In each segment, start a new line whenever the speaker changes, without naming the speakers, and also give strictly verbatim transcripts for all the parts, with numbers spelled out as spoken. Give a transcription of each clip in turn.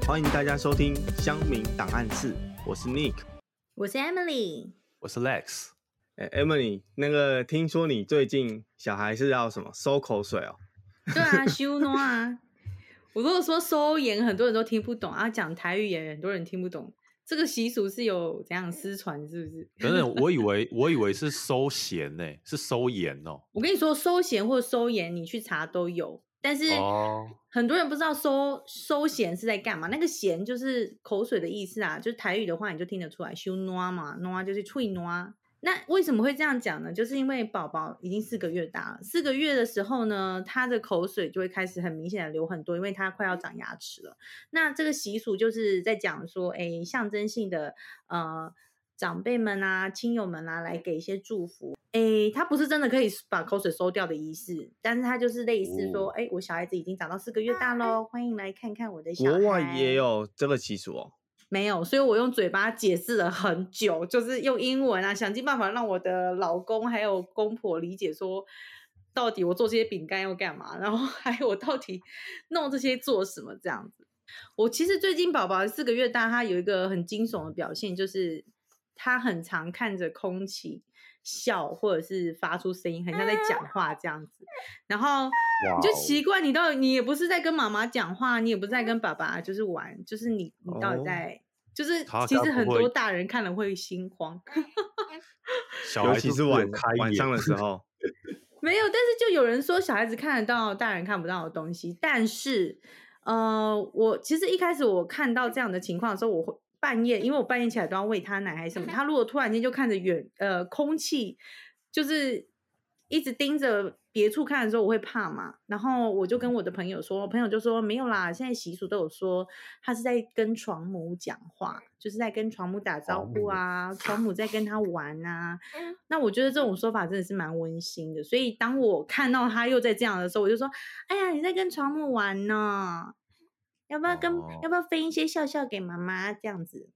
欢迎大家收听乡民档案室，我是 Nick，
我是 Emily，
我是 Lex。
欸、Emily， 那个听说你最近小孩是要什么收口水哦？
对啊，修诺啊。我如果说收盐，很多人都听不懂啊，讲台语也很多人听不懂。这个习俗是有怎样失传，是不是？
等等，我以为我以为是收咸呢、欸，是收盐哦。
我跟你说，收咸或收盐，你去查都有。但是很多人不知道收收咸是在干嘛。那个咸就是口水的意思啊，就是台语的话你就听得出来，修诺嘛，诺就是脆诺。那为什么会这样讲呢？就是因为宝宝已经四个月大了，四个月的时候呢，他的口水就会开始很明显的流很多，因为他快要长牙齿了。那这个习俗就是在讲说，哎，象征性的呃长辈们啊、亲友们啊来给一些祝福。哎，他不是真的可以把口水收掉的仪式，但是他就是类似说，哎、哦，我小孩子已经长到四个月大咯，欢迎来看看我的小孩。
国外也有这个习俗哦。
没有，所以我用嘴巴解释了很久，就是用英文啊，想尽办法让我的老公还有公婆理解说，到底我做这些饼干要干嘛，然后还有我到底弄这些做什么这样子。我其实最近宝宝四个月大，他有一个很惊悚的表现，就是他很常看着空气笑，或者是发出声音，很像在讲话这样子。然后你就奇怪，你到底你也不是在跟妈妈讲话，你也不是在跟爸爸就是玩，就是你你到底在、哦、就是其实很多大人看了会心慌，
尤其是晚晚上的时候。
没有，但是就有人说小孩子看得到大人看不到的东西，但是呃，我其实一开始我看到这样的情况的时候，我会半夜，因为我半夜起来都要喂他奶还是什么，他如果突然间就看着远呃空气，就是一直盯着别处看的时候，我会怕嘛。然后我就跟我的朋友说，我朋友就说没有啦，现在习俗都有说他是在跟床母讲话，就是在跟床母打招呼啊，床母在跟他玩啊。那我觉得这种说法真的是蛮温馨的，所以当我看到他又在这样的时候，我就说，哎呀，你在跟床母玩呢。要不要跟、哦、要不要分一些笑笑给妈妈这样子？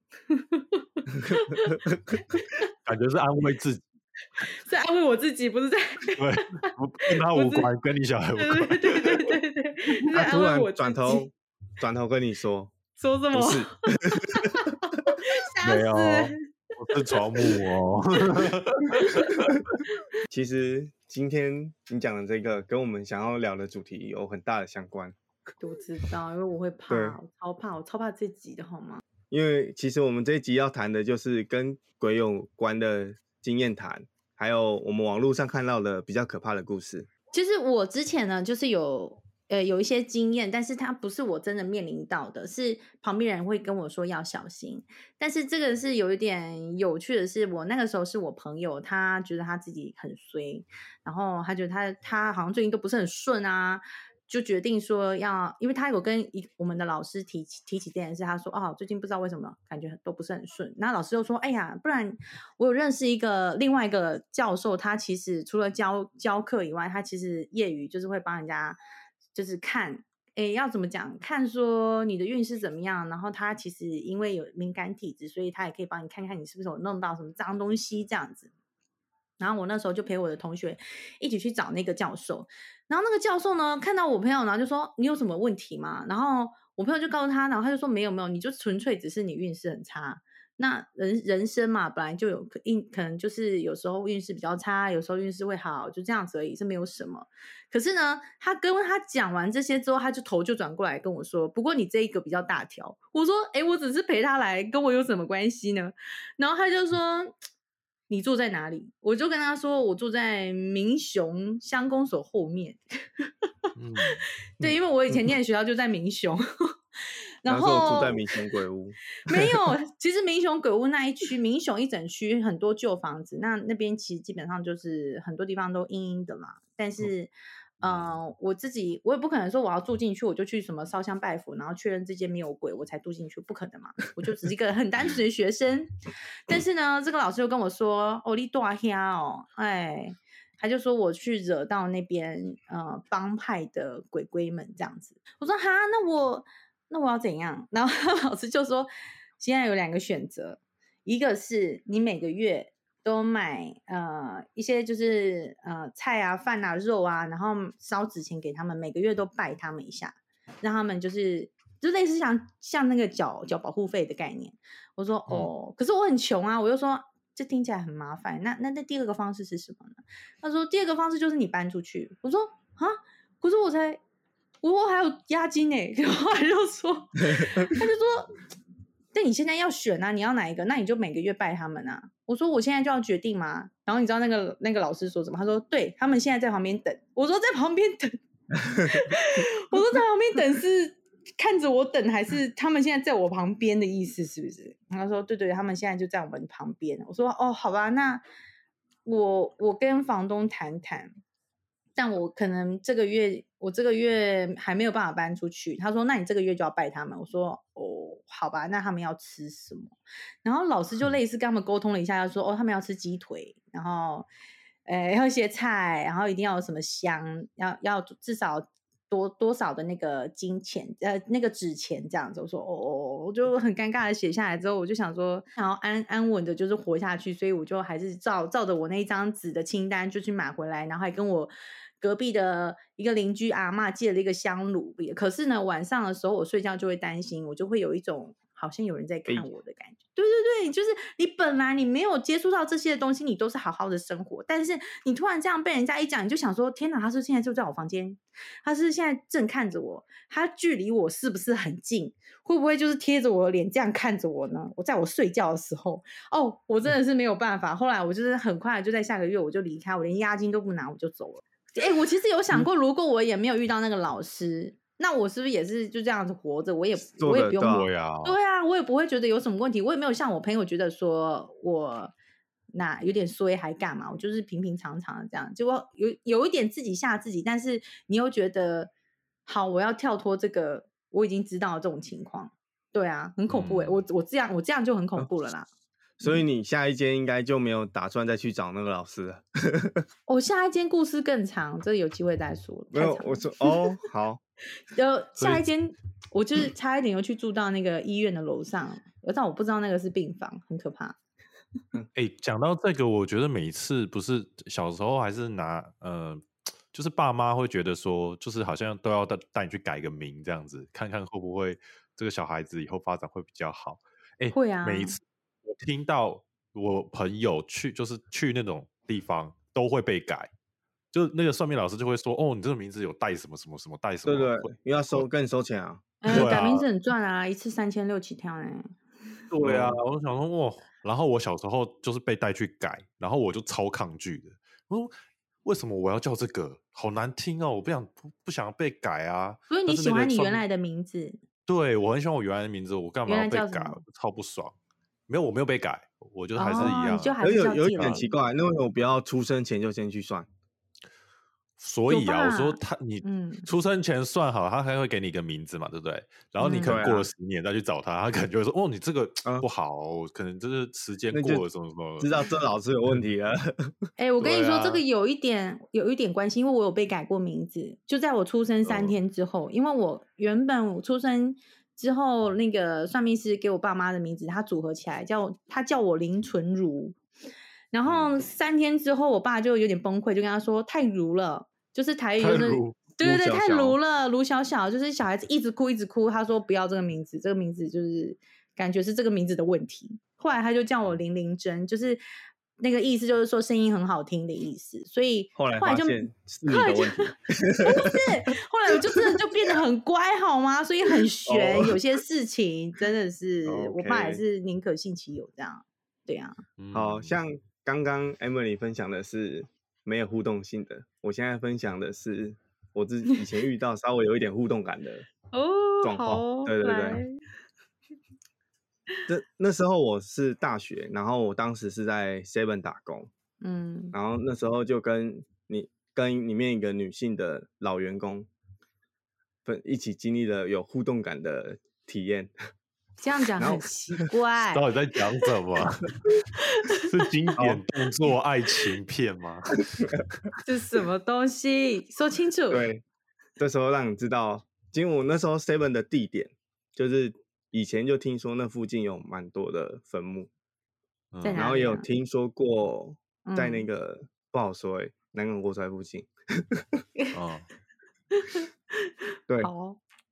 感觉是安慰自己，
是安慰我自己，不是在
对，跟他无关，跟你小孩无关。
对对对对对，
他突然转头转头跟你说
说什么？
不是，
没有，我是床母哦。
其实今天你讲的这个跟我们想要聊的主题有很大的相关。
我知道，因为我会怕，我超怕，我超怕这集的好吗？
因为其实我们这一集要谈的就是跟鬼有关的经验谈，还有我们网络上看到的比较可怕的故事。
其实我之前呢，就是有呃有一些经验，但是它不是我真的面临到的，是旁边人会跟我说要小心。但是这个是有一点有趣的是，我那个时候是我朋友，他觉得他自己很衰，然后他觉得他他好像最近都不是很顺啊。就决定说要，因为他有跟一我们的老师提提起这件事，他说哦，最近不知道为什么感觉都不是很顺。那老师就说，哎呀，不然我有认识一个另外一个教授，他其实除了教教课以外，他其实业余就是会帮人家就是看，哎，要怎么讲，看说你的运势怎么样。然后他其实因为有敏感体质，所以他也可以帮你看看你是不是有弄到什么脏东西这样子。然后我那时候就陪我的同学一起去找那个教授，然后那个教授呢看到我朋友，然后就说你有什么问题吗？然后我朋友就告诉他，然后他就说没有没有，你就纯粹只是你运势很差。那人人生嘛，本来就有可能就是有时候运势比较差，有时候运势会好，就这样子而已，是没有什么。可是呢，他跟他讲完这些之后，他就头就转过来跟我说，不过你这一个比较大条。我说诶，我只是陪他来，跟我有什么关系呢？然后他就说你住在哪里？我就跟他说我住在民雄乡公所后面。嗯、对，因为我以前念的学校就在民雄。然后
我住在民雄鬼屋。
没有，其实民雄鬼屋那一区，民雄一整区很多旧房子，那那边其实基本上就是很多地方都阴阴的嘛。但是嗯、呃，我自己我也不可能说我要住进去我就去什么烧香拜佛，然后确认这间没有鬼我才住进去，不可能嘛。我就只是一个很单纯的学生。但是呢，这个老师就跟我说哦你大兄哦，哎，他就说我去惹到那边呃帮派的鬼鬼们这样子。我说哈，那我那我要怎样？然后老师就说现在有两个选择，一个是你每个月都买呃一些就是呃菜啊饭啊肉啊，然后烧纸钱给他们，每个月都拜他们一下，让他们就是就类似像像那个缴缴保护费的概念。我说哦，嗯、可是我很穷啊，我就说这听起来很麻烦。那那那第二个方式是什么呢？他说第二个方式就是你搬出去。我说啊，可是我才我还有押金哎、欸，然后他就说他就说，但你现在要选啊，你要哪一个？那你就每个月拜他们啊。我说我现在就要决定吗？然后你知道那个那个老师说什么？他说对他们现在在旁边等。我说在旁边等，我说在旁边等是。看着我等还是他们现在在我旁边的意思是不是？他说对对，他们现在就在我们旁边。我说哦，好吧，那我我跟房东谈谈，但我可能这个月我这个月还没有办法搬出去。他说那你这个月就要拜他们。我说哦，好吧，那他们要吃什么？然后老师就类似跟他们沟通了一下，他说哦，他们要吃鸡腿，然后呃要一些菜，然后一定要有什么香，要要至少。多多少的那个金钱，呃，那个纸钱这样子。我说哦，我就很尴尬的写下来之后，我就想说，想要安安稳的，就是活下去，所以我就还是照照着我那一张纸的清单就去买回来，然后还跟我隔壁的一个邻居阿嬷借了一个香炉。可是呢，晚上的时候我睡觉就会担心，我就会有一种好像有人在看我的感觉。对对对，就是你本来你没有接触到这些东西，你都是好好的生活，但是你突然这样被人家一讲，你就想说天哪，他是现在就在我房间，他是现在正看着我，他距离我是不是很近？会不会就是贴着我的脸这样看着我呢？我在我睡觉的时候，哦，我真的是没有办法。后来我就是很快就在下个月我就离开，我连押金都不拿我就走了。哎，我其实有想过，如果我也没有遇到那个老师。那我是不是也是就这样子活着？我也我也不用
对啊，
对啊，我也不会觉得有什么问题。我也没有像我朋友觉得说我那有点衰还干嘛？我就是平平常常的这样，结果有有一点自己吓自己，但是你又觉得好，我要跳脱这个，我已经知道这种情况。对啊，很恐怖哎、欸嗯！我我这样我这样就很恐怖了啦。
所以你下一间应该就没有打算再去找那个老师了。
我、哦、下一间故事更长，这有机会再说。
没有，我说哦，好。
然后下一间，我就是差一点又去住到那个医院的楼上，但我不知道那个是病房，很可怕。
哎、欸，讲到这个，我觉得每一次不是小时候还是拿呃，就是爸妈会觉得说，就是好像都要带带你去改个名这样子，看看会不会这个小孩子以后发展会比较好。哎、欸，
会啊。
每一次我听到我朋友去，就是去那种地方都会被改。就那个算命老师就会说，哦，你这个名字有带什么什么什么带什么，
对对，因为要收跟你收钱啊。
嗯、呃，改名字很赚啊，一次三千六起跳呢。
对啊，我想说哇，然后我小时候就是被带去改，然后我就超抗拒的。我说为什么我要叫这个？好难听哦，我不想 不, 不想被改啊。
所以你喜欢你原来的名字？
对，我很喜欢我原来的名字，我干嘛要被改？超不爽。没有，我没有被改，我就还是一样、啊。
哦、就还是
有有一点奇怪，那为什么不要出生前就先去算？
所以啊，我说他你出生前算好，他还会给你一个名字嘛，对不对？然后你可能过了十年再去找他，他可能就会说：“哦，你这个不好，嗯、可能就是时间过了什么什么。”
知道这老师有问题了。
哎、欸，我跟你说，啊、这个有一点有一点关系，因为我有被改过名字，就在我出生三天之后，嗯、因为我原本我出生之后，那个算命师给我爸妈的名字，他组合起来叫他叫我林纯如。然后三天之后，我爸就有点崩溃，就跟他说太如了，就是台语就是对对对，太如了，如小小，就是小孩子一直哭一直哭。他说不要这个名字，这个名字就是感觉是这个名字的问题。后来他就叫我林玲珍，就是那个意思就是说声音很好听的意思。所以
后来发现是你的问题，
不是，后来我就真的就变得很乖，好吗？所以很悬，有些事情真的是我爸也是宁可信其有这样，对啊。
好像刚刚 Emily 分享的是没有互动性的，我现在分享的是我自己以前遇到稍微有一点互动感的状况。
哦，
对对对，这那时候我是大学，然后我当时是在 Seven 打工，嗯，然后那时候就跟你跟里面一个女性的老员工分一起经历了有互动感的体验。
这样讲很奇怪，
到底在讲什么？是经典动作爱情片吗？
这是什么东西？说清楚。
对，这时候让你知道，因为我那时候 Seven 的地点，就是以前就听说那附近有蛮多的坟墓，
嗯、
然后也有听说过在那个、嗯、不好说哎、欸，南港国宅附近。哦，对。
好。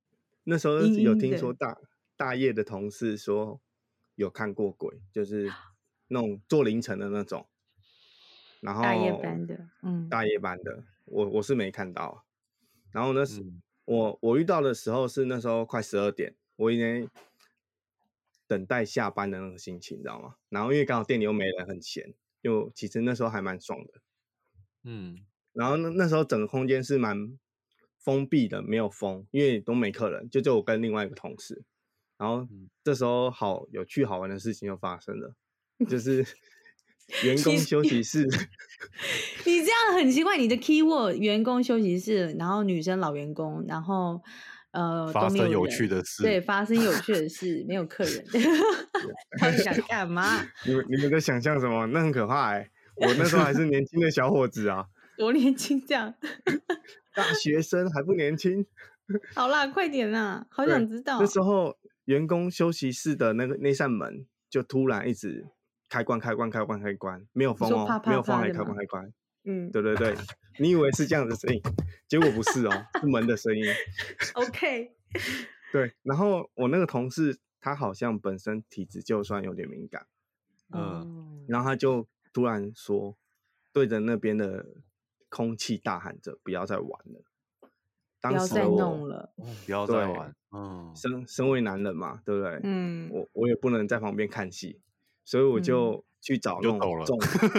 那时候有听说大大业的同事说有看过鬼，就是那种做凌晨的那种，然后
大夜班的，嗯，
大夜班的，我我是没看到。然后呢，嗯、我我遇到的时候是那时候快十二点，我已经等待下班的那个心情，你知道吗？然后因为刚好店里又没人，很闲，就其实那时候还蛮爽的。嗯，然后那那时候整个空间是蛮封闭的，没有风，因为都没客人，就只有我跟另外一个同事。然后这时候好有趣好玩的事情就发生了，就是员工休息室。
你这样很奇怪，你的 keyword 员工休息室，然后女生老员工，然后呃
发生有趣的事，
对，发生有趣的事，没有客人，到底想干嘛？
你们你们在想象什么？那很可怕哎、欸！我那时候还是年轻的小伙子啊，
多年轻这样，
大学生还不年轻。
好啦，快点啦，好想知道。
那时候员工休息室的那个那扇门就突然一直开关开关开关开关，没有风哦，
啪啪
没有风还开关开关。
嗯，
对对对，你以为是这样的声音，结果不是哦，是门的声音。
OK。
对，然后我那个同事他好像本身体质就算有点敏感，嗯，然后他就突然说，对着那边的空气大喊着：“不要再玩了！”
不要再弄了，
不要再玩。嗯，
身身为男人嘛，对不对？嗯，我我也不能在旁边看戏，所以我就去找那种重，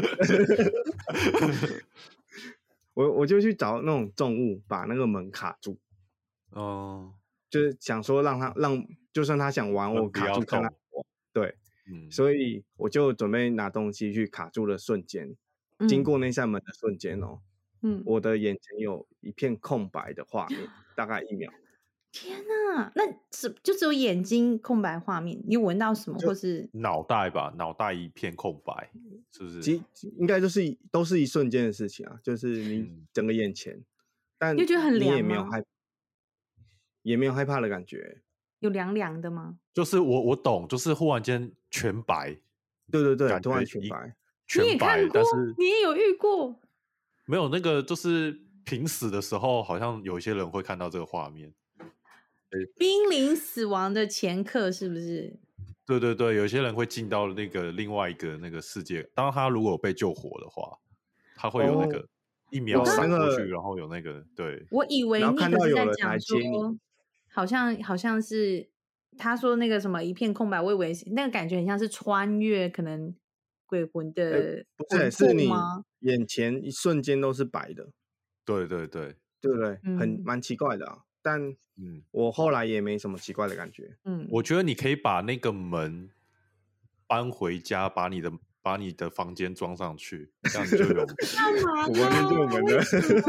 我我就去找那种重物，把那个门卡住。哦，就是想说让他让，就算他想玩，我卡住看他玩。对，嗯，所以我就准备拿东西去卡住的瞬间，嗯、经过那扇门的瞬间哦，嗯，我的眼前有一片空白的画面，大概一秒。
天哪，那只就只有眼睛空白画面，你闻到什么，或是
脑袋吧？脑袋一片空白，是不是？
其应该就是都是一瞬间的事情啊，就是你整个眼前，嗯、但
你觉得很凉吗？
你也没有害，也没有害怕的感觉，
有凉凉的吗？
就是我我懂，就是忽然间全白，
对对对，突然全白，
全白，
你也看过，
但是
你也有遇过？
没有那个，就是濒死的时候，好像有一些人会看到这个画面。
濒临死亡的前刻是不是？
对对对，有些人会进到那个另外一个那个世界。当他如果被救活的话，他会有那个一秒闪过去，哦、然后有那个对。
我以为你可是在讲说，好像好像是他说那个什么一片空白，我以为那个感觉很像是穿越可能鬼魂的、欸，
不是是你眼前一瞬间都是白的。
对对对，
对不对？嗯、很蛮奇怪的啊。但嗯，我后来也没什么奇怪的感觉。
嗯，我觉得你可以把那个门搬回家，把你的把你的房间装上去，这样你就有。
干嘛？
我房间就有门的。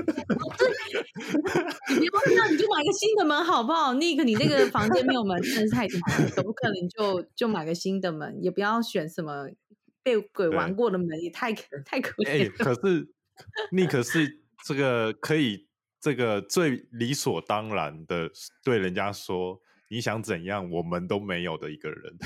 你别忘记，那你就买个新的门好不好 ？Nick， 你那个房间没有门真的是太惨了，可不可能就就买个新的门？也不要选什么被鬼玩过的门，也太太可怜了。
欸、可是 Nick 是这个可以。这个最理所当然的对人家说你想怎样我们都没有的一个人。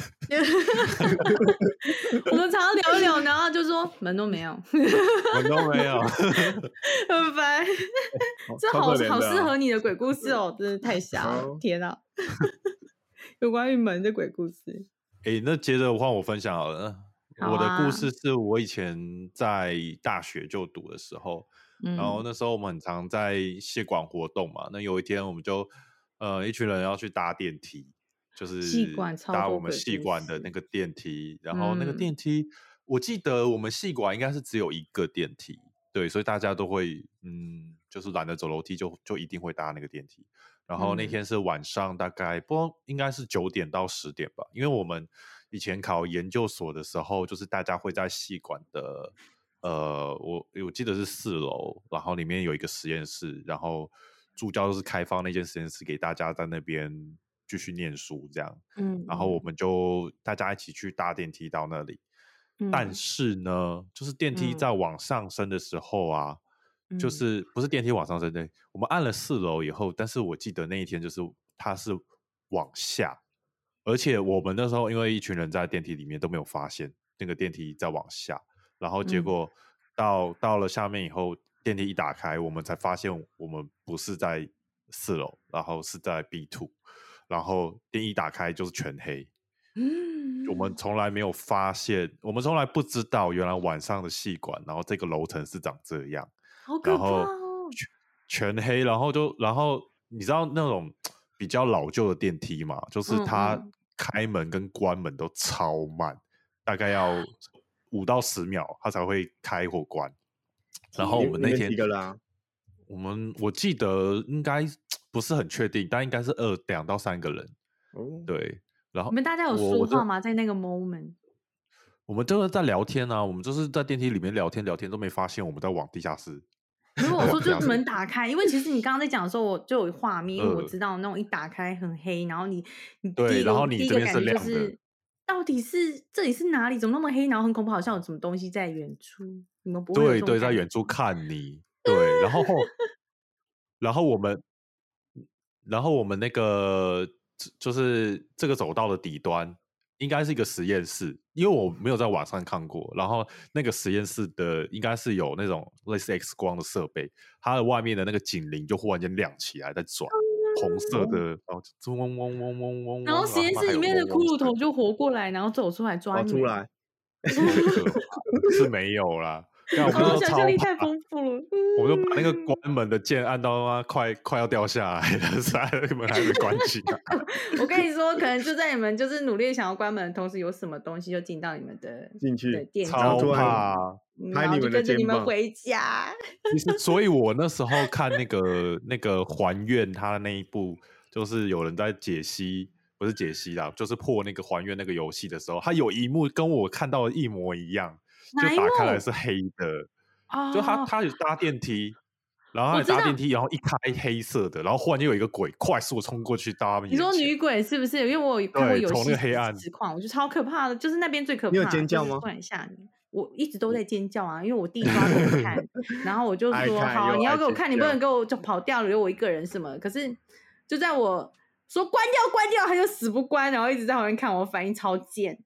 我们常常聊一聊，然后就说门都没有，
门都没有，
很烦。这好好适合你的鬼故事哦，真的太瞎了，天啊！有关于门的鬼故事。
哎、欸，那接着换我分享好了。好啊、我的故事是我以前在大学就读的时候。然后那时候我们很常在系馆活动嘛，那有一天我们就呃一群人要去搭电梯，就是搭我们系馆的那个电梯，然后那个电梯、嗯、我记得我们系馆应该是只有一个电梯，对，所以大家都会嗯就是懒得走楼梯就就一定会搭那个电梯。然后那天是晚上大概不知道应该是九点到十点吧，因为我们以前考研究所的时候，就是大家会在系馆的。呃，我我记得是四楼，然后里面有一个实验室，然后助教是开放那间实验室给大家在那边继续念书这样，嗯，然后我们就大家一起去搭电梯到那里，嗯、但是呢，就是电梯在往上升的时候啊，嗯、就是不是电梯往上升的，我们按了四楼以后，但是我记得那一天就是它是往下，而且我们那时候因为一群人在电梯里面都没有发现那个电梯在往下。然后结果到、嗯、到了下面以后，电梯一打开，我们才发现我们不是在四楼，然后是在 B 二。 然后电一打开就是全黑。嗯，我们从来没有发现，我们从来不知道原来晚上的系馆，然后这个楼层是长这样，
好可怕哦！
全, 全黑，然后就然后你知道那种比较老旧的电梯嘛，就是它开门跟关门都超慢，嗯嗯大概要五到十秒它才会开或关。然后我们那天
几个人啊？
我们我记得应该不是很确定，但应该是二两到三个人。哦，对。然后
你们大家有说话吗？在那个 moment，
我们就是在聊天啊，我们就是在电梯里面聊天聊天，都没发现我们在往地下室。
如果我说就是门打开，因为其实你刚刚在讲的时候，我就有画面，因为我知道那种一打开很黑，然后你你
对，然后你
第一个感觉就是到底是这里是哪里？怎么那么黑？然后很恐怖，好像有什么东西在远处。你们不会有这种
对对，在远处看你。对，然后然后我们然后我们那个就是这个走道的底端应该是一个实验室，因为我没有在网上看过。然后那个实验室的应该是有那种类似 X 光的设备，它的外面的那个警铃就忽然间亮起来，在转，红色的，然后嗡嗡嗡嗡嗡嗡，
然后实验室里面的骷髅头就活过来，然后走出来抓你。
出来
是没有啦。
哦，想象力太丰富了。
我们就把那个关门的键按到妈快快要掉下来了，所以门还没关起来。
我跟你说，可能就在你们就是努力想要关门的同时，有什么东西就进到你们的
进去
的电梯，
超怕，
然后就跟着你们回家。
其实，所以我那时候看那个那个还愿他的那一部，就是有人在解析，不是解析啦，就是破那个还愿那个游戏的时候，他有一幕跟我看到的一模一样。就打开来是黑的，
哦、
就他他有搭电梯，然后他搭电梯，然后一开黑色的，然后忽然就有一个鬼快速冲过去到他们眼前。
你说女鬼是不是？因为我有看过游戏
从那个黑暗
实况，我觉得超可怕的，就是那边最可怕。
你有尖叫吗？
突然吓你，我一直都在尖叫啊，因为我弟抓给我看，然后我就说好，你要给我看，你不能给我就跑掉了，留我一个人什么？可是就在我说关掉关掉，他就死不关，然后一直在旁边看我，反应超贱，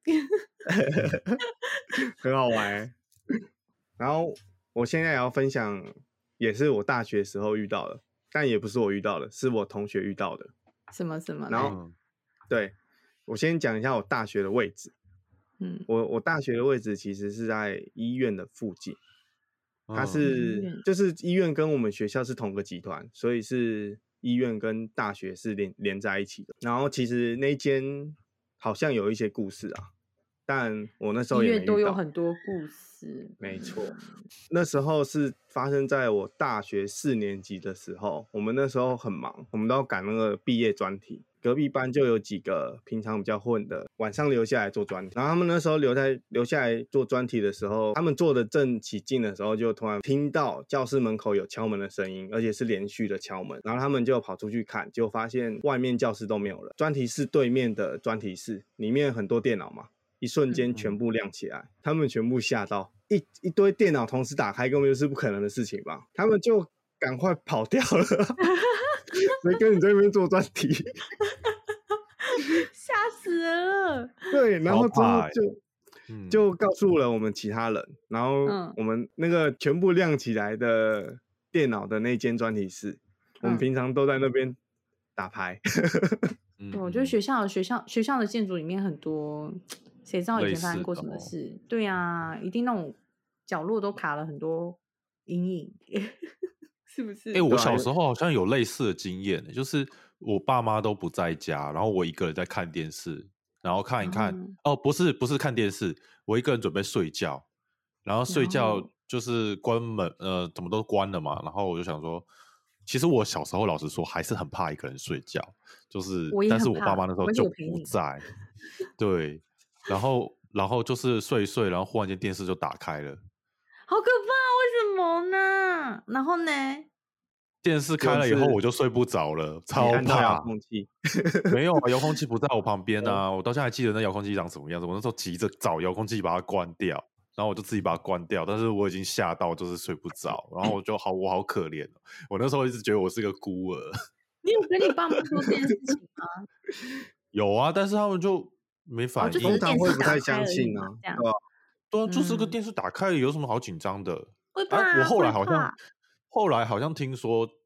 很好玩。然后我现在也要分享，也是我大学时候遇到的，但也不是我遇到的，是我同学遇到的。
什么什么？
然后，对，我先讲一下我大学的位置。嗯，我我大学的位置其实是在医院的附近，它是、嗯、就是医院跟我们学校是同个集团，所以是医院跟大学是连连在一起的。然后其实那间好像有一些故事啊。但我那时候也没遇到，
医院都有很多故事，
没错。那时候是发生在我大学四年级的时候，我们那时候很忙，我们都要赶那个毕业专题。隔壁班就有几个平常比较混的，晚上留下来做专题。然后他们那时候留在留下来做专题的时候，他们做的正起劲的时候，就突然听到教室门口有敲门的声音，而且是连续的敲门。然后他们就跑出去看，就发现外面教室都没有人，专题室对面的专题室里面很多电脑嘛。一瞬间全部亮起来，嗯、他们全部吓到，一一堆电脑同时打开，根本就是不可能的事情吧？他们就赶快跑掉了，谁跟你在那边做专题？
吓死人了！
对，然后之后就、嗯、就告诉了我们其他人，然后我们那个全部亮起来的电脑的那间专题室，嗯、我们平常都在那边打牌。
对，我觉得学校学校学校的建筑里面很多。谁知道以前发生过什么事？对啊，一定那种角落都卡了很多阴影，是不是？
哎、欸，我小时候好像有类似的经验，就是我爸妈都不在家，然后我一个人在看电视，然后看一看，嗯、哦，不是不是看电视，我一个人准备睡觉，然后睡觉就是关门，呃，怎么都关了嘛，然后我就想说，其实我小时候老实说还是很怕一个人睡觉，就是但是我爸妈那时候就不在，对。然后，然后就是睡一睡，然后忽然间电视就打开了，
好可怕！为什么呢？然后呢？
电视开了以后我就睡不着了，超怕。
遥控器
没有啊，遥控器不在我旁边啊！我到现在还记得那遥控器长什么样子。我那时候急着找遥控器把它关掉，然后我就自己把它关掉，但是我已经吓到，就是睡不着。然后我就好，我好可怜哦。我那时候一直觉得我是个孤儿。
你有跟你爸妈说这件事情吗？
有啊，但是他们就。没反应，
通常会不太相信啊，
对
吧？对啊，就是个电视打开，有什么好紧张的？
会怕、
啊。我后来好
像，
后来好像听说，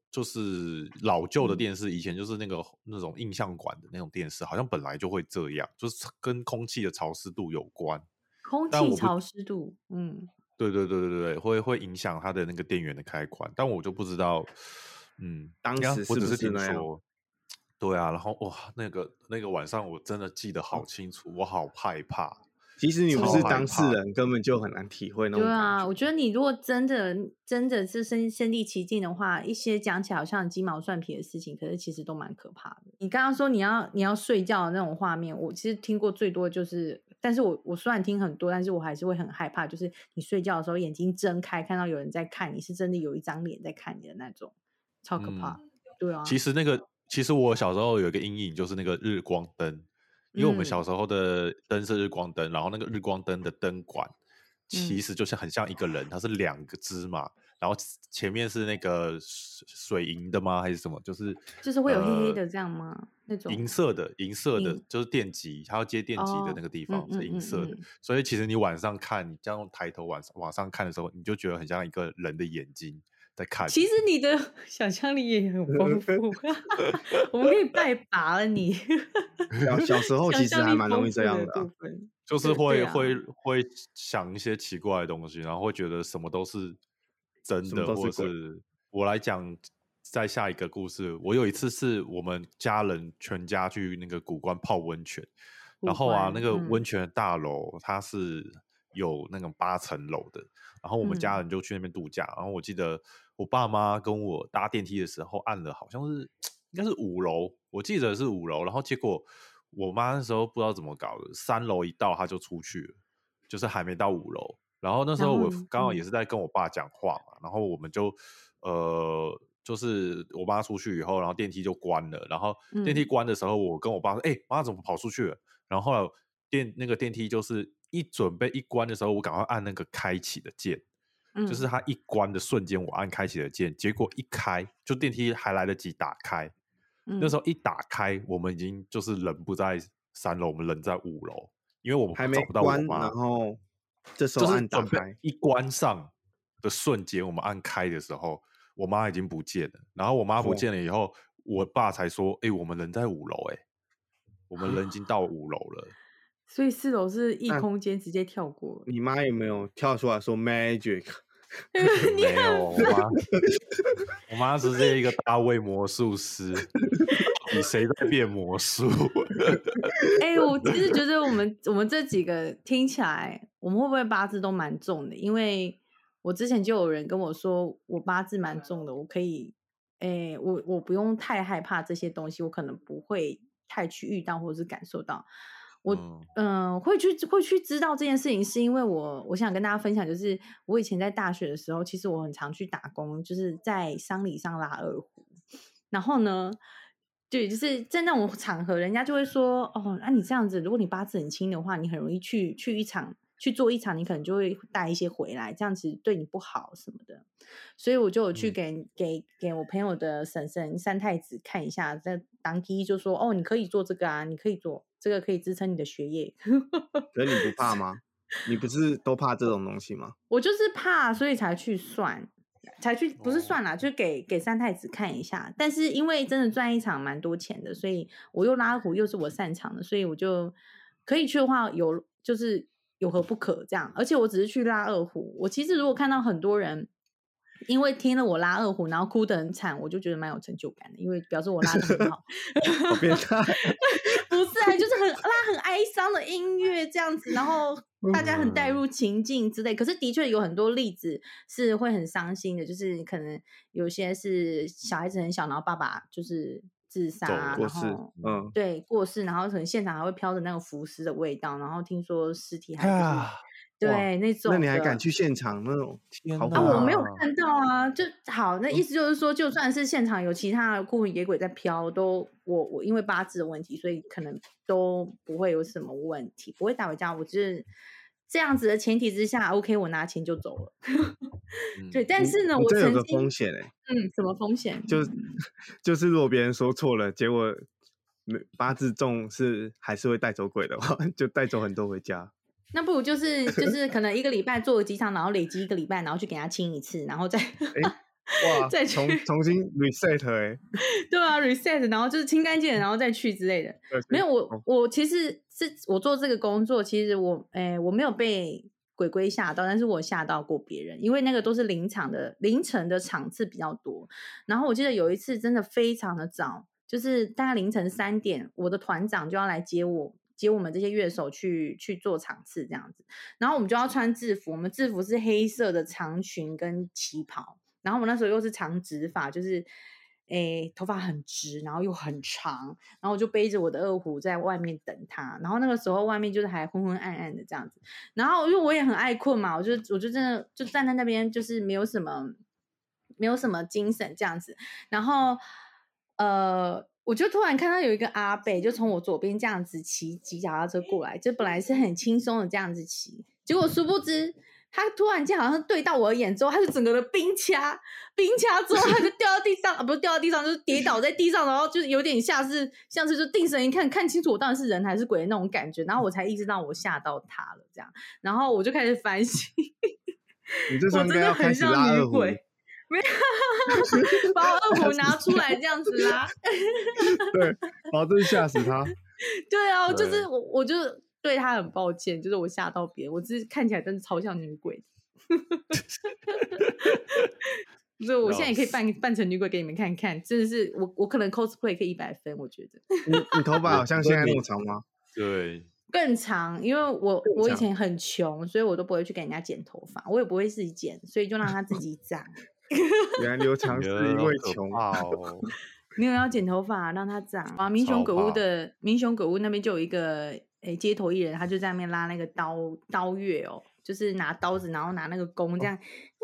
就是老旧的电视，以前就是那个那种映像管的那种电视，好像本来就会这样，就是跟空气的潮湿度有关。
空气潮湿度，嗯，
对对对对对，会会影响它的那个电源的开关，但我就不知道，嗯，
当时是不是
我只是听
那样？
说，对啊，然后哇，那个那个晚上我真的记得好清楚，我好害怕。
其实你不是当事人，根本就很难体会那种感觉。
对啊，我觉得你如果真的真的是身身临其境的话，一些讲起来好像鸡毛蒜皮的事情，可是其实都蛮可怕的。你刚刚说你要你要睡觉的那种画面，我其实听过最多就是，但是我我虽然听很多，但是我还是会很害怕，就是你睡觉的时候眼睛睁开，看到有人在看你，是真的有一张脸在看你的那种，超可怕。嗯、对啊，
其实那个其实我小时候有一个阴影，就是那个日光灯。因为我们小时候的灯是日光灯、嗯，然后那个日光灯的灯管其实就是很像一个人，嗯、它是两个支嘛，然后前面是那个水银的吗？还是什么？就是
就是会有黑黑的这样吗？呃、那种
银色的，银色的，就是电极，它要接电极的那个地方、哦、是银色的、嗯嗯嗯嗯，所以其实你晚上看，你这样抬头往往上看的时候，你就觉得很像一个人的眼睛。在看，
其实你的想象力也很丰富，我们可以拜把了你。
小小时候其实还蛮容易这样的、啊，
就是会、啊、会会想一些奇怪的东西，然后会觉得什么都是真的，是或是我来讲，在下一个故事，我有一次是我们家人全家去那个古关泡温泉，然后啊，那个温泉的大楼、嗯、它是有那种八层楼的，然后我们家人就去那边度假，嗯、然后我记得。我爸妈跟我搭电梯的时候按了好像是应该是五楼，我记得是五楼，然后结果我妈那时候不知道怎么搞的，三楼一到她就出去了，就是还没到五楼。然后那时候我刚好也是在跟我爸讲话嘛，嗯、然后我们就呃就是我妈出去以后，然后电梯就关了，然后电梯关的时候，我跟我爸说：“哎、嗯，妈怎么跑出去了？”然后后来电那个电梯就是一准备一关的时候，我赶快按那个开启的键。就是它一关的瞬间，我按开启的键，结果一开，就电梯还来得及打开。嗯、那时候一打开，我们已经就是人不在三楼，我们人在五楼，因为我们找不到我妈。
然后这时候按打开，
就是、一关上的瞬间，我们按开的时候，我妈已经不见了。然后我妈不见了以后，哦、我爸才说：“哎、欸，我们人在五楼，哎，我们人已经到五楼了。”
所以四楼是异空间，直接跳过。
你妈有没有跳出来说 magic？
没有，我妈，我妈直接一个大卫魔术师，比谁在变魔术？
哎、欸，我其实觉得我们我们这几个听起来，我们会不会八字都蛮重的？因为我之前就有人跟我说，我八字蛮重的，我可以，哎、欸，我我不用太害怕这些东西，我可能不会太去遇到或者是感受到。我嗯、呃、会去会去知道这件事情，是因为我我想跟大家分享，就是我以前在大学的时候，其实我很常去打工，就是在丧礼上拉二胡。然后呢，对，就是在那种场合，人家就会说，哦，那、啊、你这样子，如果你八字很轻的话，你很容易去去一场去做一场，你可能就会带一些回来，这样子对你不好什么的。所以我就有去给、嗯、给给我朋友的婶婶三太子看一下，在当机就说，哦，你可以做这个啊，你可以做。这个可以支撑你的学业。
可是你不怕吗？你不是都怕这种东西吗？
我就是怕，所以才去算，才去不是算啦，就给给三太子看一下。但是因为真的赚一场蛮多钱的，所以我又拉胡又是我擅长的，所以我就可以去的话有就是有何不可这样。而且我只是去拉二胡，我其实如果看到很多人因为听了我拉二胡然后哭得很惨，我就觉得蛮有成就感的，因为表示我拉得很好。
好变态。
不是啊，就是很拉很哀伤的音乐这样子，然后大家很带入情境之类。可是的确有很多例子是会很伤心的，就是可能有些是小孩子很小，然后爸爸就是自杀，
过世，
然后
嗯，
对过世，然后可能现场还会飘着那个浮尸的味道，然后听说尸体还就是。啊对，那种
那你还敢去现场那种？
天
哪！
啊，我没有看到啊，就好。那意思就是说，就算是现场有其他的孤魂野鬼在飘，都我我因为八字的问题，所以可能都不会有什么问题，不会带回家。我就是这样子的前提之下 ，OK， 我拿钱就走了。对，但是呢，我曾经
这有个风险哎、
欸，嗯，什么风险？
就就是如果别人说错了，结果八字重是还是会带走鬼的话，就带走很多回家。
那不如就是就是可能一个礼拜做几场，然后累积一个礼拜，然后去给他清一次，然后再、欸、
哇，再重重新 reset 哎、欸，
对啊 ，reset， 然后就是清干净，然后再去之类的。没有，我我其实是我做这个工作，其实我诶、欸、我没有被鬼鬼吓到，但是我吓到过别人，因为那个都是临场的凌晨的场次比较多。然后我记得有一次真的非常的早，就是大概凌晨三点，我的团长就要来接我。接我们这些乐手去去做场次这样子，然后我们就要穿制服，我们制服是黑色的长裙跟旗袍，然后我那时候又是长直发，就是诶头发很直，然后又很长，然后我就背着我的二胡在外面等他，然后那个时候外面就是还昏昏暗暗的这样子，然后因为我也很爱困嘛，我就我就真的就站在那边，就是没有什么没有什么精神这样子，然后呃。我就突然看到有一个阿伯就从我左边这样子骑骑脚踏车过来，就本来是很轻松的这样子骑，结果殊不知他突然间好像对到我的眼之后，他就整个的冰掐冰掐之后他就掉到地上啊，不是掉到地上就是跌倒在地上，然后就是有点像是像是就定神一看看清楚我到底是人还是鬼的那种感觉，然后我才意识到我吓到他了这样，然后我就开始反省
你这时候应该要开始拉二胡，
没有把我二胡拿出来这样子拉
对，然后真吓死他。
对啊，就是我我就对他很抱歉，就是我吓到别人，我只是看起来真的超像女鬼所以我现在也可以扮扮成女鬼给你们看看，真的是我我可能 cosplay 可以一百分，我觉得
你你头发好像现在那么长吗？
对，
更长，因为我我以前很穷，所以我都不会去给人家剪头发，我也不会自己剪，所以就让他自己长
原来留长是因为穷
哦，
没有要剪头发让它长啊！民雄鬼屋的民雄鬼屋那边就有一个诶街头艺人，他就在那边拉那个刀刀乐哦，就是拿刀子然后拿那个弓这样，哦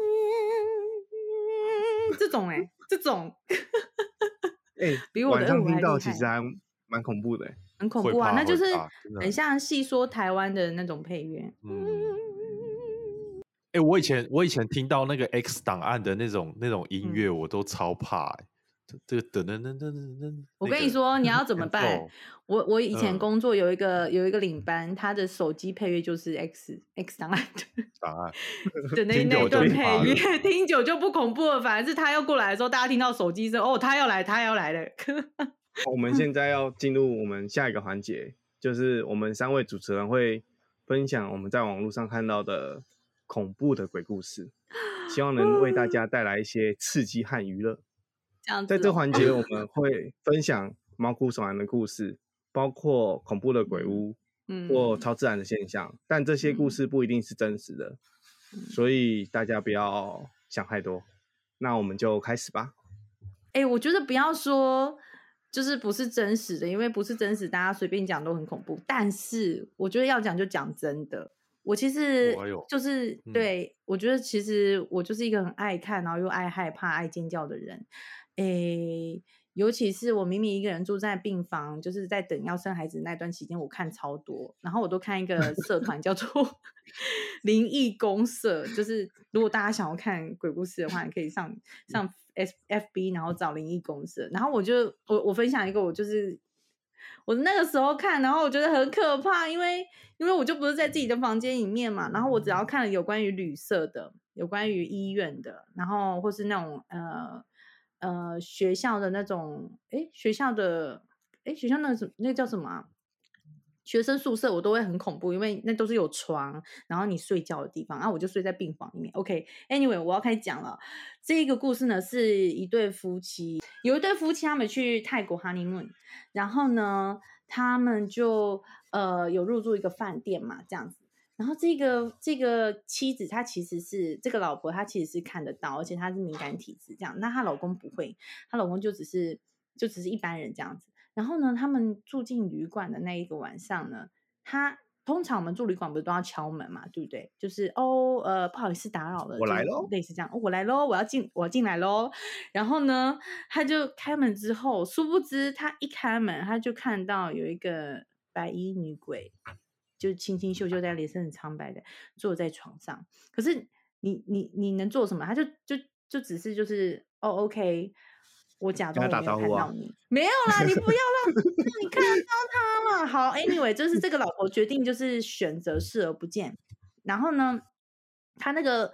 嗯、这种哎、欸、这种
哎、欸，
比我的二胡还厉害，
其实还蛮恐怖的、欸，
很恐怖啊！那就是很像戏说台湾的那种配乐。嗯。
哎、欸，我以前我以前听到那个 X 档案的那种那种音乐，我都超怕、欸。嗯、这个噔噔噔噔噔噔，
我跟你说，你要怎么办？我我以前工作有一个、嗯、有一个领班，他的手机配乐就是 X X 档案的
档案
的那那段配乐，听久就不恐怖了。反而是他要过来的时候，大家听到手机声，哦，他要来，他要来了。
我们现在要进入我们下一个环节，就是我们三位主持人会分享我们在网络上看到的恐怖的鬼故事，希望能为大家带来一些刺激和娱乐。
这样子、哦，
在这环节我们会分享毛骨悚然的故事，包括恐怖的鬼屋、嗯、或超自然的现象，但这些故事不一定是真实的、嗯、所以大家不要想太多。那我们就开始吧。
哎、欸，我觉得不要说就是不是真实的，因为不是真实大家随便讲都很恐怖，但是我觉得要讲就讲真的。我其实就是、哦嗯、对，我觉得其实我就是一个很爱看然后又爱害怕爱尖叫的人。诶，尤其是我明明一个人住在病房，就是在等要生孩子那段期间，我看超多，然后我都看一个社团叫做灵异公社，就是如果大家想要看鬼故事的话，你可以上上 F B 然后找灵异公社，然后我就我我分享一个，我就是我那个时候看，然后我觉得很可怕，因为因为我就不是在自己的房间里面嘛，然后我只要看了有关于旅社的，有关于医院的，然后或是那种呃。呃，学校的那种，哎，学校的，哎，学校那个什，那个叫什么啊？学生宿舍我都会很恐怖，因为那都是有床，然后你睡觉的地方，然后我就睡在病房里面。OK，Anyway， 我要开始讲了。这个故事呢，是一对夫妻，有一对夫妻他们去泰国 honeymoon， 然后呢，他们就呃有入住一个饭店嘛，这样子。然后这个这个妻子她其实是这个老婆，她其实是看得到，而且她是敏感体质这样。那她老公不会，她老公就只是就只是一般人这样子。然后呢，他们住进旅馆的那一个晚上呢，他通常我们住旅馆不是都要敲门嘛，对不对？就是哦呃不好意思打扰了，
我来咯，
类似这样、哦、我来咯，我要进我要进来咯。然后呢，他就开门之后，殊不知他一开门，他就看到有一个白衣女鬼。就清清秀秀在脸色很苍白的坐在床上，可是你你你能做什么？他就就就只是就是哦 OK， 我假装我没有看到你，啊、没有啦，你不要让你看得到他嘛。好 ，Anyway， 就是这个老婆决定就是选择视而不见，然后呢，他那个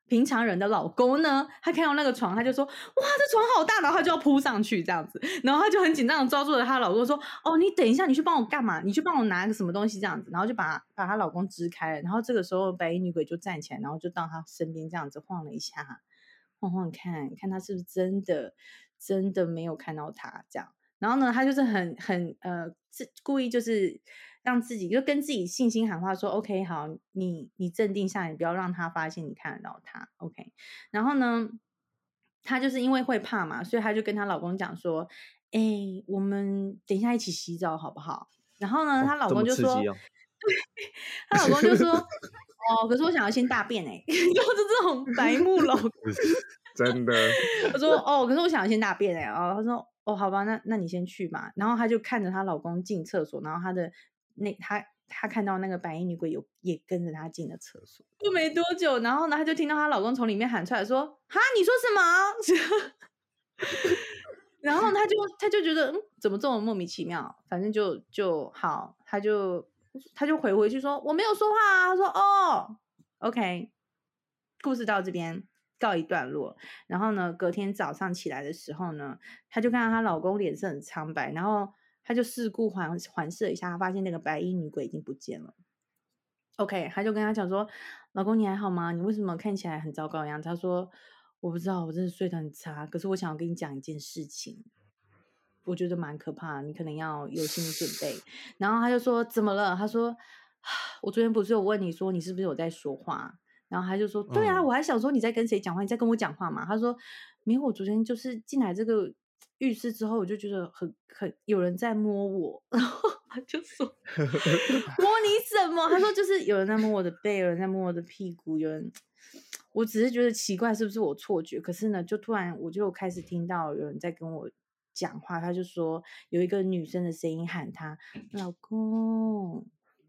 平常人的老公呢，他看到那个床，他就说：“哇，这床好大！”然后他就要扑上去这样子，然后他就很紧张的抓住了她老公说：“哦，你等一下，你去帮我干嘛？你去帮我拿个什么东西这样子。”然后就把把她老公支开了。然后这个时候白衣女鬼就站起来，然后就到他身边这样子晃了一下，晃晃看看他是不是真的真的没有看到他这样。然后呢，他就是很很呃故意就是让自己就跟自己信心喊话说 OK 好，你你镇定下来，你不要让他发现你看得到他 OK。 然后呢她就是因为会怕嘛，所以她就跟她老公讲说：“哎、欸，我们等一下一起洗澡好不好？”然后呢，她、哦、老公就说：“哦、她老公就说哦，可是我想要先大便哎、欸，就是这种白目老公，
真的。
我说哦，可是我想要先大便哎、欸，哦，他说哦，好吧，那那你先去吧。然后她就看着她老公进厕所，然后她的那她。她看到那个白衣女鬼有也跟着她进了厕所，就没多久，然后呢，她就听到她老公从里面喊出来说：“哈，你说什么？”然后她就她就觉得嗯，怎么这么莫名其妙？反正就就好，她就她就回回去说：“我没有说话啊。”她说：“哦 ，OK。”故事到这边告一段落。然后呢，隔天早上起来的时候呢，她就看到她老公脸色很苍白，然后。他就四顾环环视一下，他发现那个白衣女鬼已经不见了。OK， 他就跟他讲说：“老公，你还好吗？你为什么看起来很糟糕的样子？”他说：“我不知道，我真的睡得很差。可是我想要跟你讲一件事情，我觉得蛮可怕，你可能要有心理准备。”然后他就说：“怎么了？”他说：“我昨天不是有问你说你是不是有在说话？”然后他就说：“对啊，我还想说你在跟谁讲话？你在跟我讲话吗？”他说：“没有，我昨天就是进来这个。”浴室之后，我就觉得很很有人在摸我，然后他就说摸你什么？他说就是有人在摸我的背，有人在摸我的屁股，有人，我只是觉得奇怪，是不是我错觉？可是呢，就突然我就开始听到有人在跟我讲话，他就说有一个女生的声音喊他老公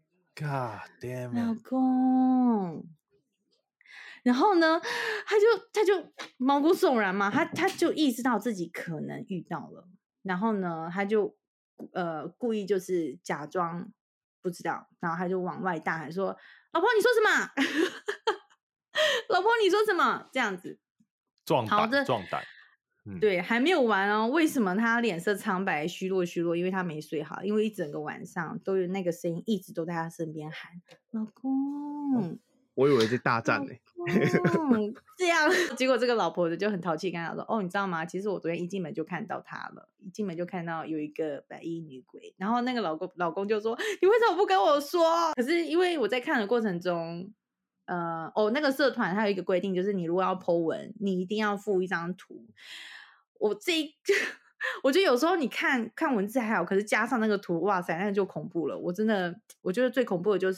，God damn it，
老公。然后呢，他就他就毛骨悚然嘛，他他就意识到自己可能遇到了，然后呢，他就呃故意就是假装不知道，然后他就往外大喊说：“老婆，你说什么？老婆，你说什么？”这样子，
壮胆，壮胆。
嗯、对，还没有完哦。为什么他脸色苍白、虚弱、虚弱？因为他没睡好，因为一整个晚上都有那个声音一直都在他身边喊：“老公。哦”
我以为是大战呢、欸。
嗯，这样，结果这个老婆子就很淘气，跟他说：“哦，你知道吗？其实我昨天一进门就看到他了，一进门就看到有一个白衣女鬼。”然后那个老公老公就说：“你为什么不跟我说？”可是因为我在看的过程中，呃，哦，那个社团还有一个规定，就是你如果要 po 文，你一定要附一张图。我这一我觉得有时候你看看文字还好，可是加上那个图，哇塞，那就恐怖了。我真的，我觉得最恐怖的就是，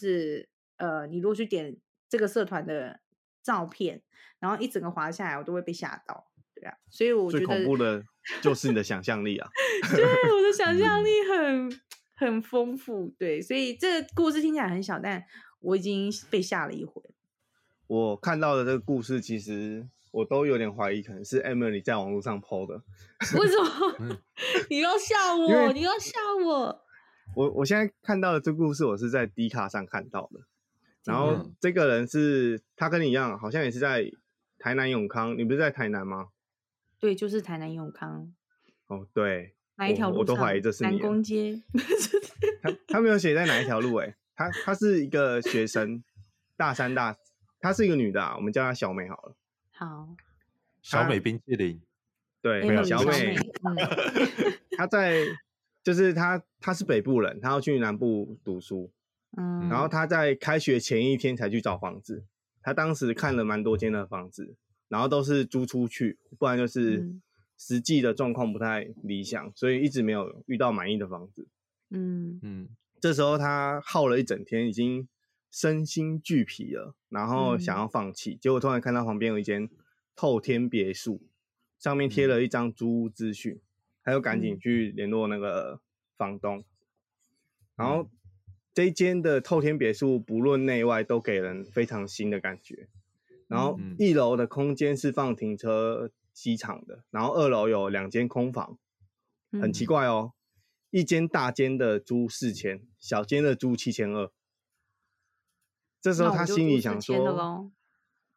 呃，你如果去点这个社团的照片，然后一整个滑下来，我都会被吓到。对啊，所以我觉得
最恐怖的就是你的想象力啊。
对，我的想象力很、嗯、很丰富。对，所以这个故事听起来很小，但我已经被吓了一回。
我看到的这个故事，其实我都有点怀疑，可能是 Emily 在网络上 po 的。
为什么？你要吓我？你要吓我？
我我现在看到的这个故事，我是在 D 卡上看到的。然后这个人是他跟你一样，好像也是在台南永康。你不是在台南吗？
对，就是台南永康。
哦，对，
哪一条路上？
我, 我都怀疑这是你。
南宫街。
他他没有写在哪一条路哎、欸，他他是一个学生，大三大，她是一个女的啊，我们叫她小美好了。
好，
小美冰淇淋。
对，
没有
小美，她在就是她她是北部人，她要去南部读书。嗯，然后他在开学前一天才去找房子，他当时看了蛮多间的房子，然后都是租出去，不然就是实际的状况不太理想，所以一直没有遇到满意的房子。嗯嗯，这时候他耗了一整天，已经身心俱疲了，然后想要放弃，嗯、结果突然看到旁边有一间透天别墅，上面贴了一张租屋资讯，他就赶紧去联络那个房东，然后。这一间的透天别墅不论内外都给人非常新的感觉，然后一楼的空间是放停车机场的，然后二楼有两间空房，很奇怪哦，一间大间的租四千，小间的租七千二。这时候他心里想说，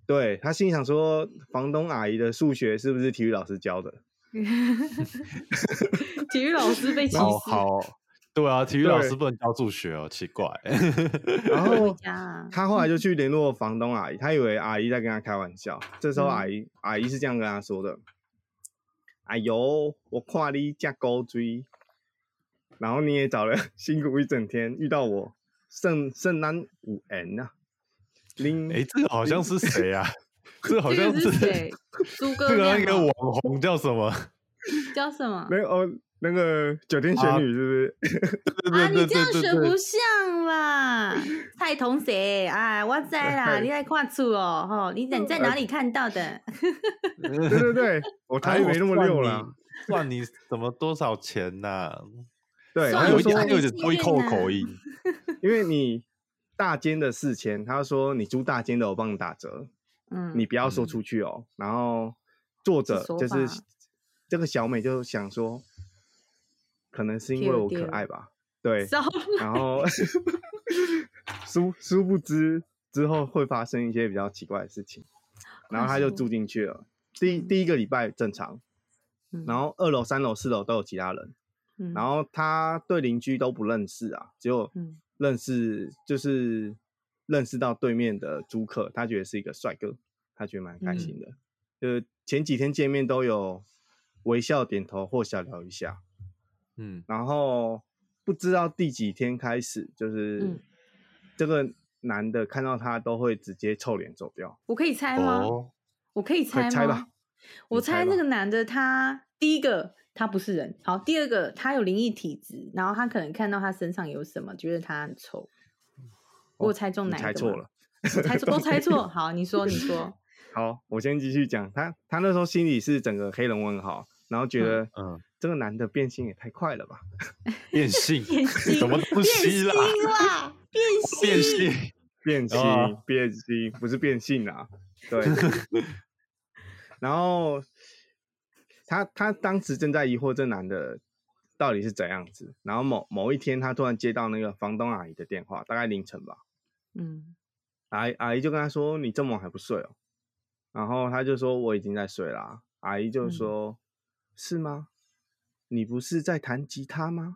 对，他心想说，房东阿姨的数学是不是体育老师教的？
体育老师被歧视。
哦，好，对啊，体育老师不能教数学哦，奇怪。
然后他后来就去联络房东阿姨，他以为阿姨在跟他开玩笑。这时候阿姨、嗯、阿姨是这样跟他说的：“哎呦，我看你这狗追，然后你也找了辛苦一整天，遇到我圣圣诞五 N 啊。”
哎，这个好像是谁啊？这个好像
是谁？诸葛亮。
这个那个网红叫什么？
叫什么？
那个哦，那个九天玄女是不是？
啊，你这样学不像啦，蔡同学，哎，我知啦，你在看书哦，吼，你你在哪里看到的？
对对对，我台语没那么溜啦。
算你怎么多少钱呐、啊？
对，
他有一点，他有一点多一口口音，
因为你大间的四千，他说你租大间的，我帮你打折，嗯，你不要说出去哦。然后作者就是这个小美就想说，可能是因为我可爱吧，对，然后殊殊不知之后会发生一些比较奇怪的事情，然后他就住进去了。第第一个礼拜正常，然后二楼、三楼、四楼都有其他人，嗯、然后他对邻居都不认识啊，只有认识就是认识到对面的租客，他觉得是一个帅哥，他觉得蛮开心的。嗯、就是前几天见面都有微笑点头或小聊一下，嗯，然后不知道第几天开始，就是、嗯、这个男的看到他都会直接臭脸走掉。
我可以猜吗？哦、我可以猜吗？
猜吧。
我猜那个男的他第一个他不是人，好，第二个他有灵异体质，然后他可能看到他身上有什么，觉得他很臭。哦、我猜中哪一个？
猜错了，
我猜错，都猜错。好，你说，你说。
好，我先继续讲。他他那时候心里是整个黑人问号，然后觉得，嗯，嗯这个男的变性也太快了吧？
变性？
变性？
什么东西啦？
变性？
变性？
变性？哦、变性？不是变性啊？对。然后他他当时正在疑惑这男的到底是怎样子，然后某某一天他突然接到那个房东阿姨的电话，大概凌晨吧，嗯，阿姨阿姨就跟他说：“你这么晚还不睡哦？”然后他就说：“我已经在睡啦、啊。”阿姨就说：“嗯、是吗？你不是在弹吉他吗？”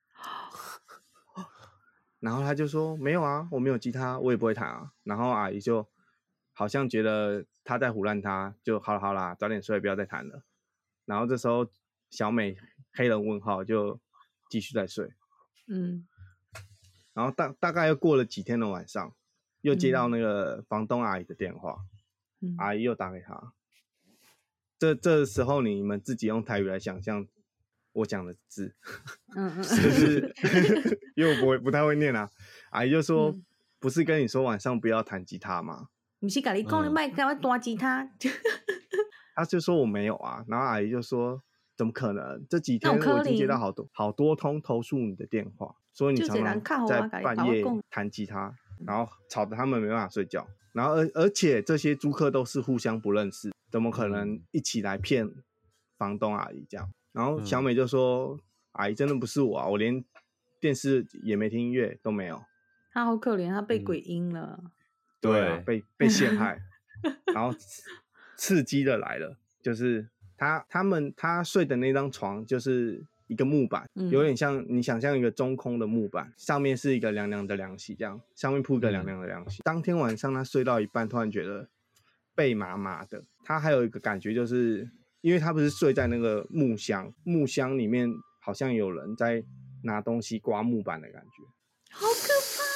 然后他就说：“没有啊，我没有吉他，我也不会弹啊。”然后阿姨就好像觉得他在唬烂他，就好了好啦，早点睡，不要再谈了。然后这时候小美黑人问号就继续在睡，嗯，然后大大概又过了几天的晚上，又接到那个房东阿姨的电话，嗯、阿姨又打给他。这这时候你们自己用台语来想象我讲的字，嗯嗯，就是因为我不会不太会念啊。阿姨就说：“嗯、不是跟你说晚上不要弹吉他吗？”
不是跟你讲你别跟我弹吉他，
他就说我没有啊，然后阿姨就说怎么可能？这几天我已经接到好多好多通投诉你的电话，说你常常在半夜弹吉他，然后吵得他们没办法睡觉，然后而而且这些租客都是互相不认识，怎么可能一起来骗房东阿姨这样？然后小美就说：“阿姨真的不是我啊，我连电视也没听音乐都没有。”
他好可怜，他被鬼阴了。嗯
对啊，被被陷害，然后刺激的来了，就是他他们他睡的那张床就是一个木板，嗯、有点像你想象一个中空的木板，上面是一个凉凉的凉席，这样上面铺一个凉凉的凉席。嗯、当天晚上他睡到一半，突然觉得背麻麻的，他还有一个感觉就是，因为他不是睡在那个木箱，木箱里面好像有人在拿东西刮木板的感觉，
好可怕。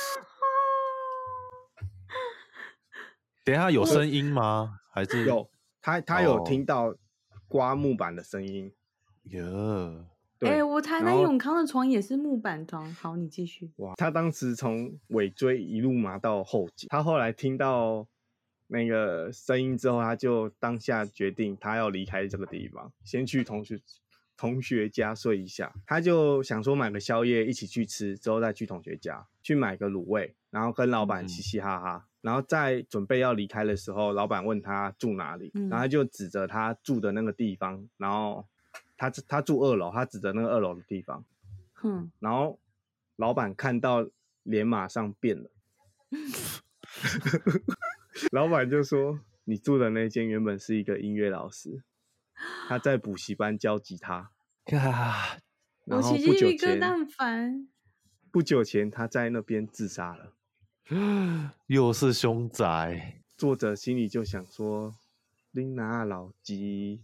等一下有声音吗？还是
有？他他有听到刮木板的声音。
哟、
哦，哎、欸，我台南永康的床也是木板床。好，你继续。
哇，他当时从尾椎一路麻到后颈。他后来听到那个声音之后，他就当下决定他要离开这个地方，先去同学同学家睡一下。他就想说买个宵夜一起去吃，之后再去同学家去买个卤味，然后跟老板嘻嘻哈哈。嗯然后在准备要离开的时候，老板问他住哪里，嗯、然后他就指着他住的那个地方，然后他他住二楼，他指着那个二楼的地方，嗯、然后老板看到脸马上变了，老板就说：“ 你住的那间原本是一个音乐老师，他在补习班教吉他。然后不久前，不久前他在那边自杀了。
又是凶宅。
作者心里就想说：“林娜老鸡。”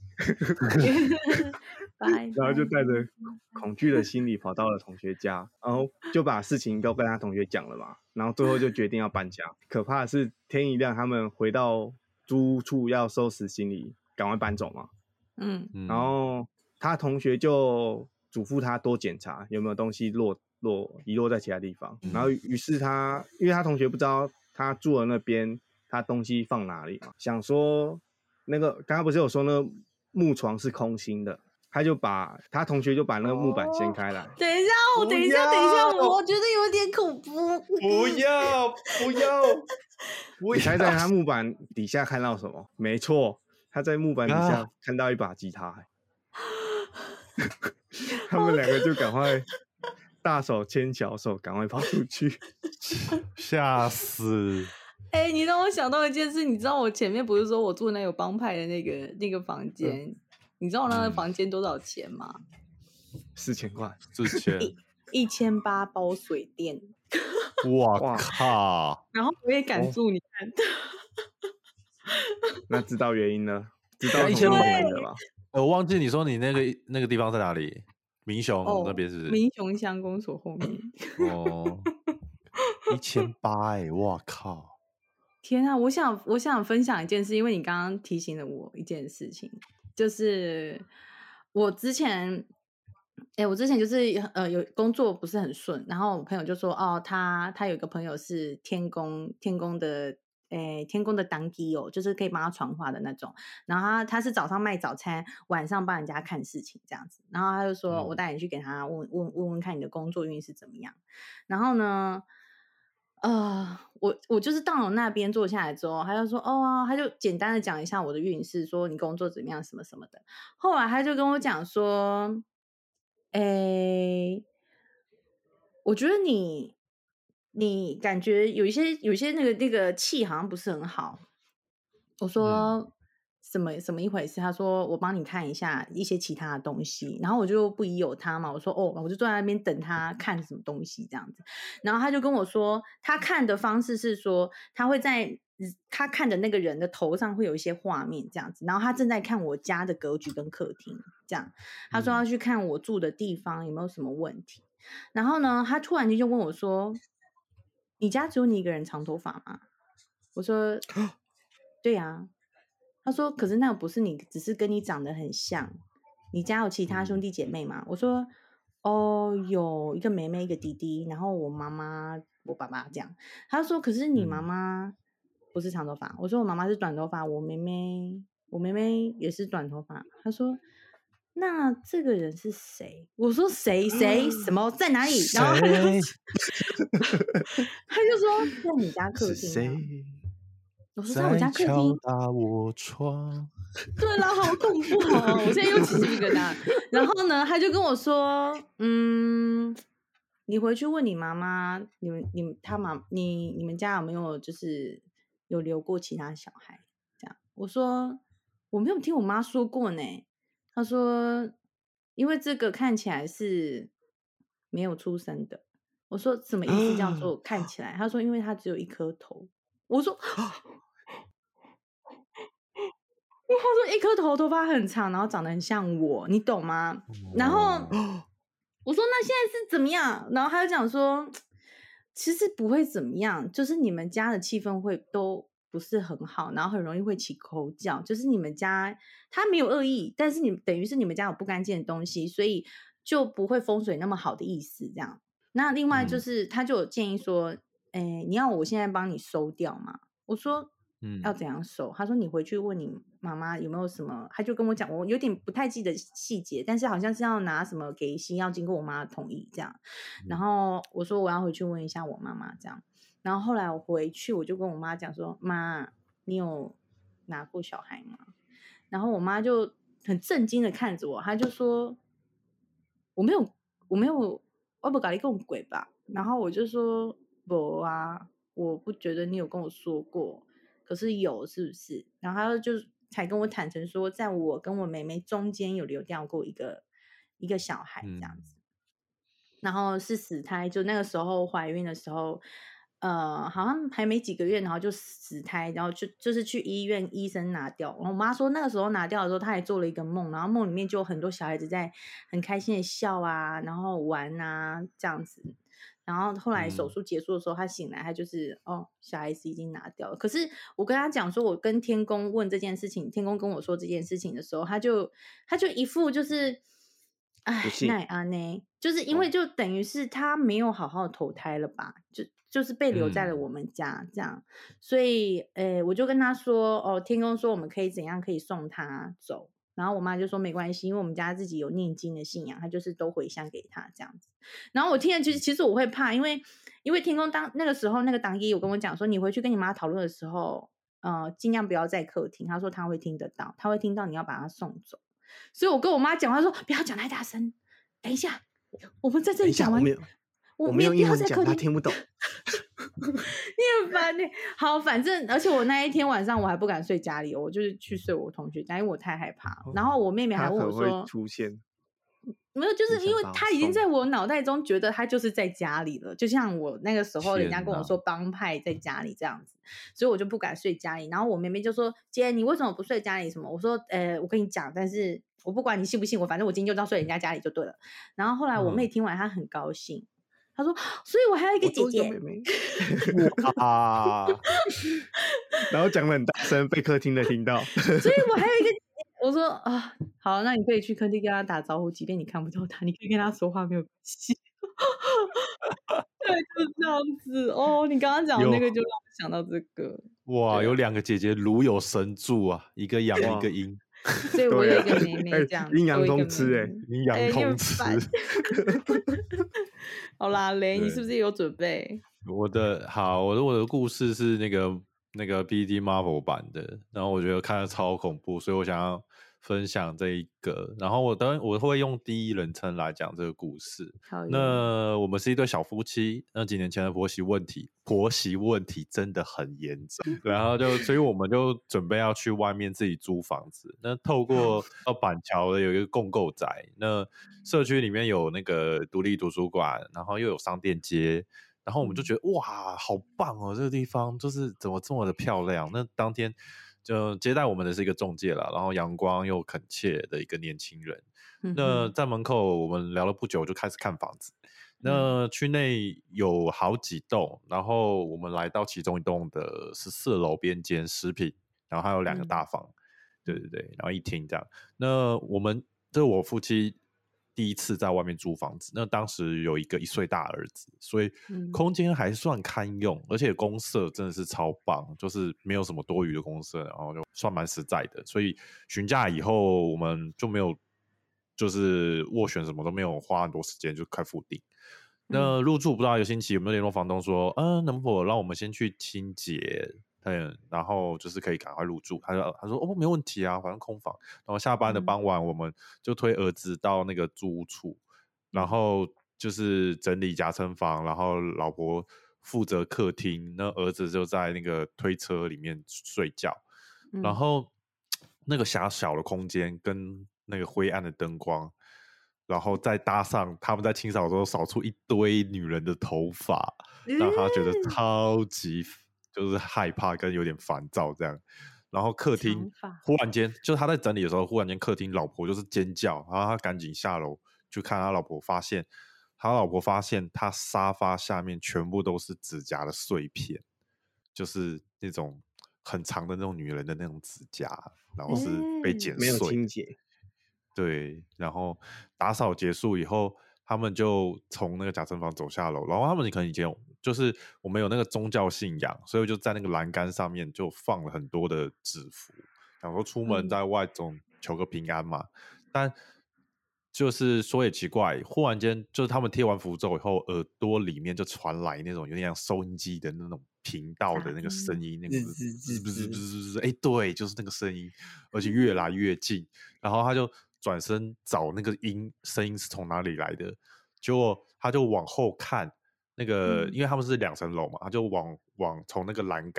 然后就带着恐惧的心理跑到了同学家，然后就把事情都跟他同学讲了嘛。然后最后就决定要搬家。可怕的是，天一亮，他们回到租屋处要收拾行李，赶快搬走嘛。嗯，然后他同学就嘱咐他多检查有没有东西落落遗落在其他地方。然后于是他，因为他同学不知道他住的那边他东西放哪里嘛，想说那个刚刚不是有说那个木床是空心的。他就把他同学就把那个木板掀开来。哦、
等一下，我等一下，等一下，我觉得有点恐怖。
不要，不要！你猜在他木板底下看到什么？没错，他在木板底下看到一把吉他。啊、他们两个就赶快大手牵小手，赶快跑出去，
吓死！
哎、欸，你让我想到一件事，你知道我前面不是说我住那有帮派的那个那个房间？嗯，你知道我那个房间多少钱吗？
四千块，
四千，
一千八包水电。
哇靠！
然后我也敢住，你看。
那知道原因了，知道什么原因了吧？
我忘记你说你那个那个地方在哪里？民雄那边是不是？
哦、民雄乡公所后面。
哦，一千八哎，哇靠！
天啊，我想我想分享一件事，因为你刚刚提醒了我一件事情。就是我之前，哎、欸，我之前就是呃有工作不是很顺，然后我朋友就说，哦，他他有一个朋友是天宫天宫的，哎、欸，天宫的当机哦，就是可以帮他传话的那种。然后他他是早上卖早餐，晚上帮人家看事情这样子。然后他就说，我带你去给他问问问问看你的工作运是怎么样。然后呢？呃，我我就是到了那边坐下来之后，他就说哦，他就简单的讲一下我的运势，说你工作怎么样，什么什么的。后来他就跟我讲说，哎，我觉得你你感觉有一些有一些那个那个气好像不是很好。我说。嗯什么什么一回事？他说我帮你看一下一些其他的东西，然后我就不疑有他嘛，我说哦，我就坐在那边等他看什么东西这样子，然后他就跟我说，他看的方式是说，他会在他看的那个人的头上会有一些画面这样子，然后他正在看我家的格局跟客厅这样，他说要去看我住的地方有没有什么问题，然后呢，他突然间就问我说，你家只有你一个人长头发吗？我说对呀。他说可是那不是你，只是跟你长得很像，你家有其他兄弟姐妹吗？我说哦，有一个妹妹一个弟弟，然后我妈妈我爸爸这样。他说可是你妈妈不是长头发。我说我妈妈是短头发，我妹妹我妹妹也是短头发。他说那这个人是谁？我说谁谁什么在哪里？然后他就他就说在你家客厅啊。我说在我家客厅，
打我窗。
对啦，好恐怖哦！我现在又起鸡皮疙瘩。然后呢，他就跟我说：“嗯，你回去问你妈妈，你们、你们、他妈、你、你们家有没有就是有留过其他小孩？”这样，我说我没有听我妈说过呢。他说，因为这个看起来是没有出生的。我说什么意思？这样做看起来？他说，因为他只有一颗头。我说。他说一颗头头发很长，然后长得很像我，你懂吗？然后我说那现在是怎么样？然后他就讲说，其实不会怎么样，就是你们家的气氛会都不是很好，然后很容易会起口角，就是你们家他没有恶意，但是你等于是你们家有不干净的东西，所以就不会风水那么好的意思这样。那另外就是他就有建议说，哎、欸，你要我现在帮你收掉吗？我说。嗯，要怎样收？他说你回去问你妈妈有没有什么，他就跟我讲，我有点不太记得细节，但是好像是要拿什么给息，要经过我妈的同意这样。然后我说我要回去问一下我妈妈这样。然后后来我回去，我就跟我妈讲说，妈，你有拿过小孩吗？然后我妈就很震惊的看着我，她就说我没有，我没有，我不搞你跟鬼吧。然后我就说不啊，我不觉得你有跟我说过。 可是有是不是？然后他就才跟我坦诚说，在我跟我妹妹中间有流掉过一个一个小孩这样子。嗯，然后是死胎，就那个时候怀孕的时候，呃，好像还没几个月，然后就死胎，然后就就是去医院，医生拿掉。然后我妈说那个时候拿掉的时候，她还做了一个梦，然后梦里面就有很多小孩子在很开心的笑啊，然后玩啊这样子。然后后来手术结束的时候，她醒来，她就是哦，小孩子已经拿掉了。可是我跟她讲说，我跟天公问这件事情，天公跟我说这件事情的时候，他就他就一副就是。哎，那啊呢，就是因为就等于是他没有好好投胎了吧，就就是被留在了我们家、嗯、这样，所以呃，我就跟他说，哦，天公说我们可以怎样可以送他走，然后我妈就说没关系，因为我们家自己有念经的信仰，他就是都回向给他这样子。然后我听了，其实其实我会怕，因为因为天公当那个时候那个当姨有跟我讲说，你回去跟你妈讨论的时候，呃，尽量不要在客厅，他说他会听得到，他会听到你要把他送走。所以我跟我妈讲话说不要讲太大声，等一下我们在这里讲完，
我没有英文讲，他听不懂。
你很烦你。好，反正而且我那一天晚上我还不敢睡家里，我就是去睡我同学家，因为我太害怕。然后我妹妹还问我说，
会出现
没有，就是因为他已经在我脑袋中觉得他就是在家里了，就像我那个时候人家跟我说帮派在家里这样子，所以我就不敢睡家里。然后我妹妹就说：“姐，你为什么不睡家里？什么？”我说：“呃，我跟你讲，但是我不管你信不信我，反正我今天就要睡人家家里就对了。”然后后来我妹听完，她很高兴，她说：“所以我还有一个姐姐。”
妹妹哇！然后讲得很大声，被客厅的听到。
所以我还有一个。我说啊，好，那你可以去客厅跟他打招呼，即便你看不到他，你可以跟他说话，没有关系。对，就是这样子哦。你刚刚讲的那个，就让我想到这个。
哇，有两个姐姐如有神助啊，一个阳一个阴。
所以我有一个妹妹这样，
阴阳通吃哎，
阴阳通吃。
好啦，雷，你是不是有准备？
我的好，我的我的故事是那个那个 B D Marvel 版的，然后我觉得看得超恐怖，所以我想要分享这一个。然后我当然我会用第一人称来讲这个故事。那我们是一对小夫妻，那几年前的婆媳问题，婆媳问题真的很严重，然后就所以我们就准备要去外面自己租房子。那透过到板桥的有一个共构宅，那社区里面有那个独立图书馆，然后又有商店街。然后我们就觉得哇，好棒哦！这个地方就是怎么这么的漂亮？那当天就接待我们的是一个仲介啦，然后阳光又恳切的一个年轻人。嗯、那在门口我们聊了不久，就开始看房子。那区内有好几栋，然后我们来到其中一栋的十四楼边间十坪，然后还有两个大房，嗯、对对对，然后一厅这样。那我们这是我夫妻第一次在外面租房子，那当时有一个一岁大儿子，所以空间还算堪用，嗯、而且公设真的是超棒，就是没有什么多余的公设，然后就算蛮实在的。所以询价以后，我们就没有就是斡旋什么都没有花很多时间就开付定。那入住不到一个星期，有没有联络房东说，嗯、呃，能否让我们先去清洁？嗯，然后就是可以赶快入住。他说：“他说哦，没问题啊，反正空房。”然后下班的傍晚，我们就推儿子到那个租屋处，然后就是整理夹层房，然后老婆负责客厅，那儿子就在那个推车里面睡觉。然后那个狭小的空间跟那个灰暗的灯光，然后再搭上他们在清扫的时候扫出一堆女人的头发，让他觉得超级。就是害怕跟有点烦躁这样，然后客厅忽然间，就是他在整理的时候，忽然间客厅老婆就是尖叫，然后他赶紧下楼去看他老婆，发现他老婆发现他沙发下面全部都是指甲的碎片，就是那种很长的那种女人的那种指甲，然后是被剪碎，
没有清洁。
对，然后打扫结束以后，他们就从那个夹层房走下楼，然后他们可能以前有。就是我们有那个宗教信仰，所以就在那个栏杆上面就放了很多的纸符，想说出门在外总求个平安嘛。嗯、但就是说也奇怪，忽然间就是他们贴完符咒以后，耳朵里面就传来那种有点像收音机的那种频道的那个声音，那个滋滋滋滋滋，哎，对，就是那个声音，而且越来越近。然后他就转身找那个音声音是从哪里来的，结果他就往后看。那个，因为他们是两层楼嘛，他就往往从那个栏杆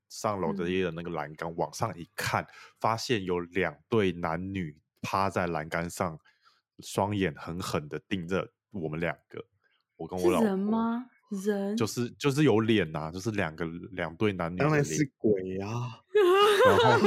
上楼的那个栏杆、嗯、往上一看，发现有两对男女趴在栏杆上，双眼狠狠的盯着我们两个，我跟我老婆。
是人吗？人
就是就是有脸啊，就是两个两对男女的脸，
当然是鬼啊。
然后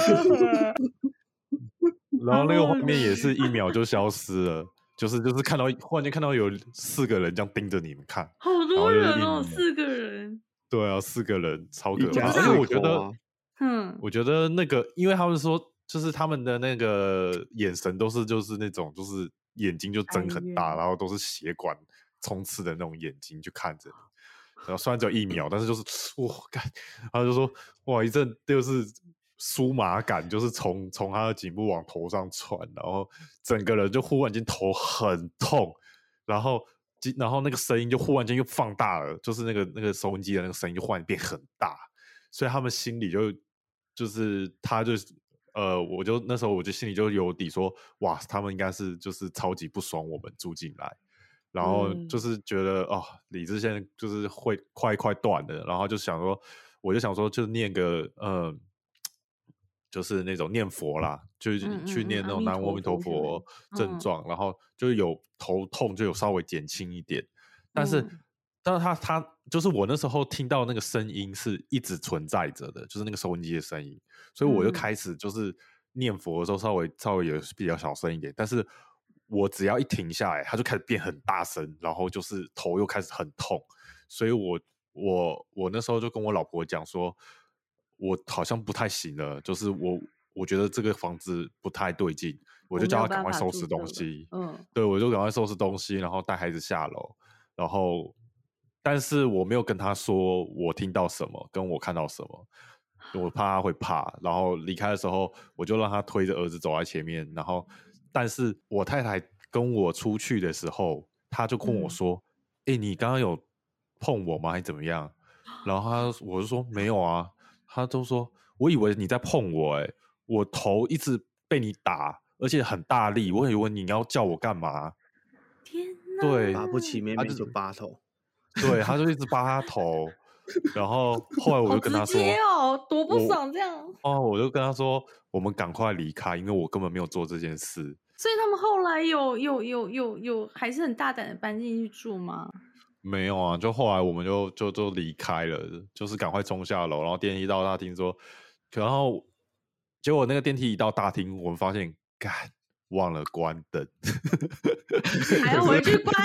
然后那个画面也是一秒就消失了，就是就是看到忽然间看到有四个人这样盯着你们看，
好多人哦，四个人。
对啊，四个人超可怕，
而
且我觉得，
嗯，
我觉得那个，因为他们说，就是他们的那个眼神都是就是那种就是眼睛就睁很大，然后都是血管冲刺的那种眼睛去看着你。然后虽然只有一秒，但是就是哇，干，他就说哇，一阵就是酥麻感，就是从从他的颈部往头上传，然后整个人就忽然间头很痛，然后然后那个声音就忽然间又放大了，就是那个那个收音机的那个声音就忽然变很大，所以他们心里就就是他就呃，我就那时候我就心里就有底说，哇，他们应该是就是超级不爽我们住进来。然后就是觉得、嗯、哦，理智现在就是会快快断了，然后就想说，我就想说，就念个呃，就是那种念佛啦，就去念那种南无阿弥陀佛症状，嗯、然后就有头痛就有稍微减轻一点，但是，嗯、但是他他就是我那时候听到那个声音是一直存在着的，就是那个收音机的声音，所以我就开始就是念佛的时候稍微稍微也比较小声一点，但是。我只要一停下来，它就开始变很大声，然后就是头又开始很痛，所以我我我那时候就跟我老婆讲说，我好像不太行了，就是我我觉得这个房子不太对劲，我就叫他赶快收拾东西，嗯，对，我就赶快收拾东西，然后带孩子下楼，然后但是我没有跟他说我听到什么，跟我看到什么。我怕他会怕，然后离开的时候，我就让他推着儿子走在前面，然后。但是我太太跟我出去的时候，她就跟我说：“哎、嗯欸，你刚刚有碰我吗？还是怎么样？”然后她我就说：“没有啊。”她都说：“我以为你在碰我、欸，哎，我头一直被你打，而且很大力，我以为你要叫我干嘛？”
天哪！
对，
拔不起妹妹就扒头，
对，她就一直扒她头。然后后来我就跟她说：“
哦，多不爽这样。”
哦，我就跟她说：“我们赶快离开，因为我根本没有做这件事。”
所以他们后来有有有有有还是很大胆的搬进去住吗？
没有啊，就后来我们就就就离开了，就是赶快冲下楼，然后电梯到大厅说，然后结果那个电梯一到大厅，我们发现，干忘了关灯，
还要回去关。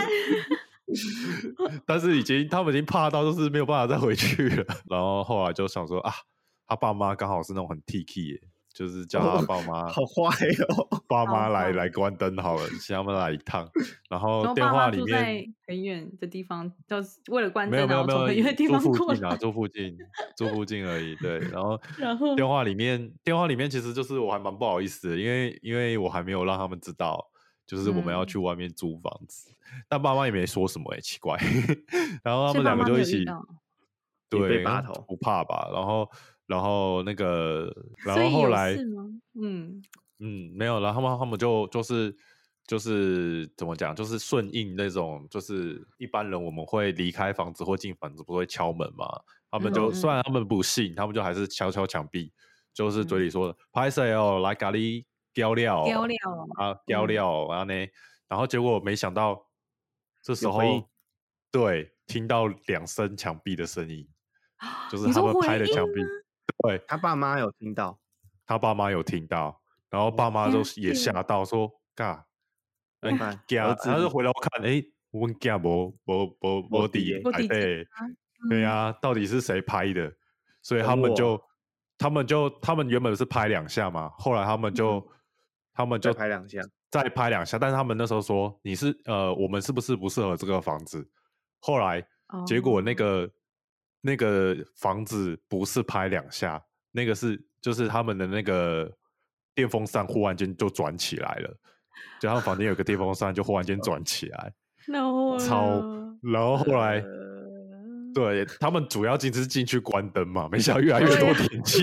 但是已经他们已经怕到就是没有办法再回去了，然后后来就想说啊，他爸妈刚好是那种很 T K 耶。就是叫他爸妈、
哦，好坏哦！
爸妈来来关灯好了，请他们来一趟。然后电话里面
爸妈住在很远的地方，就是为了关灯，
没有没有没有，
很远的地方
住附近啊，住附近，住附近而已。对，然后
然后
电话里面电话里面其实就是我还蛮不好意思的，因为因为我还没有让他们知道，就是我们要去外面租房子，嗯、但爸妈也没说什么、欸，奇怪。然后他们两个就一起，对，
被拔头
不怕吧？然后。然后那个，然后后来，
嗯
嗯，没有，然后他们他们就就是就是怎么讲，就是顺应那种，就是一般人我们会离开房子或进房子不会敲门嘛，他们就、嗯、虽然他们不信，他们就还是敲敲墙壁，就是嘴里说拍谁哦，来咖喱浇料，
浇料
啊浇料，然后呢，然后结果没想到这时候对听到两声墙壁的声音，就是他们拍的墙壁。对，
他爸妈有听到，
他爸妈有听到，然后爸妈就也吓到说：“嘎，哎，儿子，他就回头看，哎，我们家无无无无底台北，对呀，到底是谁拍的？所以他们就，他们就，他们原本是拍两下嘛，后来他们就，他们就
再拍两下，
再拍两下，但是他们那时候说你是呃，我们是不是不适合这个房子？后来结果那个。那个房子不是拍两下，那个是就是他们的那个电风扇忽然间就转起来了，就他们房间有个电风扇就忽然间转起来，超，然后后来，对他们主要进是进去关灯嘛，没想到越来越多电器，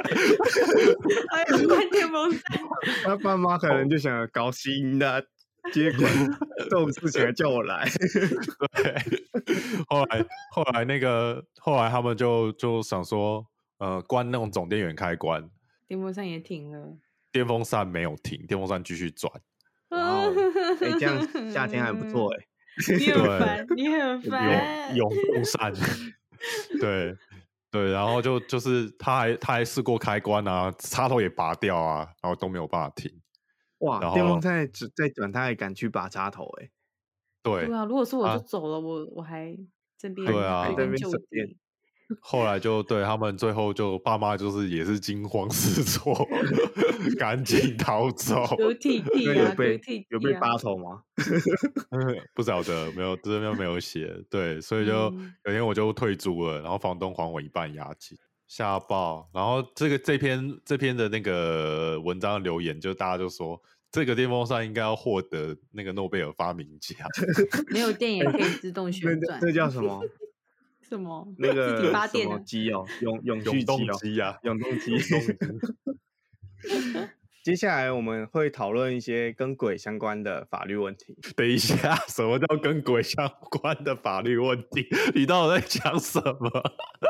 还有关电风扇，
他爸妈可能就想高兴的。 接管这种事情还叫我来。
对，后来后来那个后来他们就就想说，呃，关那种总电源开关，
电风扇也停了，
电风扇没有停，电风扇继续转。
哇哦，哎，这样夏天还不错哎。
你很烦，你很烦。
永动扇，对对，然后就就是他还他还试过开关啊，插头也拔掉啊，然后都没有办法停。
哇，电风扇在转，他还敢去拔插头哎、欸。
对
对啊，如果是我就走了，啊、我我还这边
对啊，
这边就地。
后来就对他们最后就爸妈就是也是惊慌失措，赶紧逃走。
有弟弟啊，
有被有被拔头吗？
不晓得，没有这边没有写。对，所以就、嗯、有天我就退租了，然后房东还我一半押金，吓爆。然后这个这篇这篇的那个文章的留言，就大家就说这个电风扇应该要获得那个诺贝尔发明奖。
没有电也可以自动旋转，
这叫什么？
什么？
那个
自己发电
什么机哦，永永续
机哦，机啊，
永动机。接下来我们会讨论一些跟鬼相关的法律问题。
等一下，什么叫跟鬼相关的法律问题？你到底在讲什么？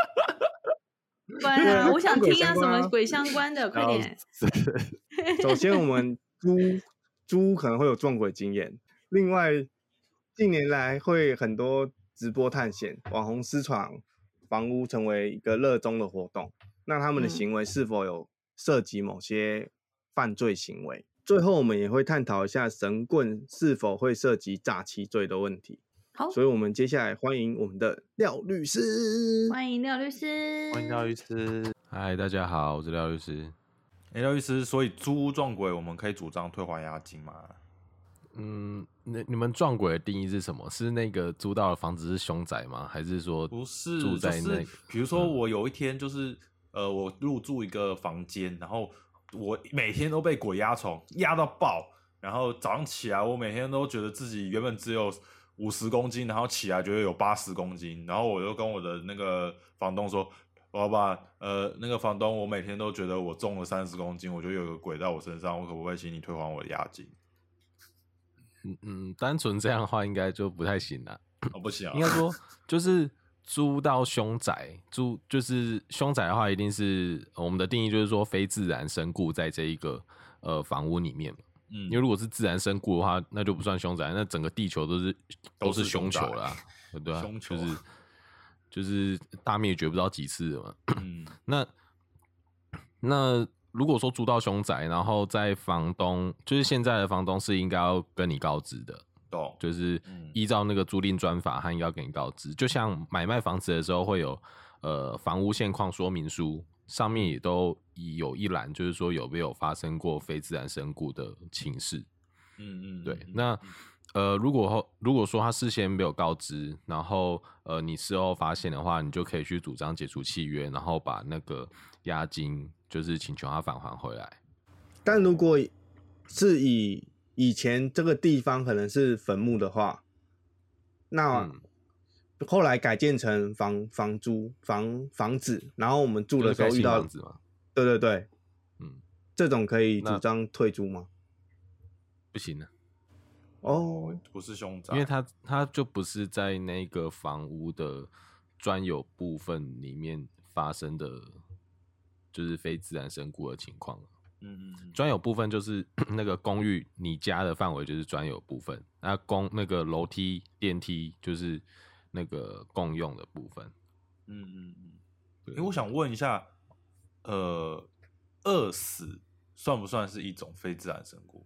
关啊！我想听啊，什么鬼相关的？快点。
首先，我们租租可能会有撞鬼经验。另外，近年来会很多直播探险、网红私闯房屋成为一个热衷的活动。那他们的行为是否有涉及某些犯罪行为？嗯、最后，我们也会探讨一下神棍是否会涉及诈欺罪的问题。
好，
所以我们接下来欢迎我们的廖律师。
欢迎廖律师，
欢迎廖律师。
嗨，大家好，我是廖律师。
哎，廖律师，所以租屋撞鬼，我们可以主张退还押金吗？
嗯，那你们撞鬼的定义是什么？是那个租到的房子是凶宅吗？还是说
不是
住在那？
就是、比如说我有一天就是、嗯、呃，我入住一个房间，然后我每天都被鬼压床压到爆，然后早上起来，我每天都觉得自己原本只有五十公斤，然后起来觉得有八十公斤，然后我就跟我的那个房东说：“老板，呃，那个房东，我每天都觉得我重了三十公斤，我觉得有个鬼在我身上，我可不可以请你退还我的押金？”
嗯嗯，单纯这样的话应该就不太行了。
哦，不行啊。
应该说就是租到凶宅，租就是凶宅的话，一定是我们的定义就是说非自然身故在这一个呃房屋里面。嗯，因为如果是自然身故的话，那就不算凶宅，那整个地球都是都是凶球啦，对不对、啊？
凶球、啊、
就是就是大灭绝不知道几次了嘛。嗯，那那。如果说租到凶宅，然后在房东，就是现在的房东是应该要跟你告知的，
懂？
就是依照那个租赁专法，他应该要跟你告知。就像买卖房子的时候会有呃房屋现况说明书，上面也都有一栏，就是说有没有发生过非自然身故的情事。嗯嗯，对。那呃，如果如果说他事先没有告知，然后呃你事后发现的话，你就可以去主张解除契约，然后把那个押金就是请求他返还回来。
但如果是以以前这个地方可能是坟墓的话，那后来改建成房房租房房子，然后我们住的时候遇到，
房子吗？
对对对，嗯，这种可以主张退租吗？
不行啊。
哦，不是凶宅，
因为他他就不是在那个房屋的专有部分里面发生的，就是非自然身故的情况。嗯嗯，专有部分就是那个公寓你家的范围就是专有部分，那公那个楼梯电梯就是那个共用的部分。
嗯嗯嗯。欸，我想问一下，呃，饿死算不算是一种非自然身故？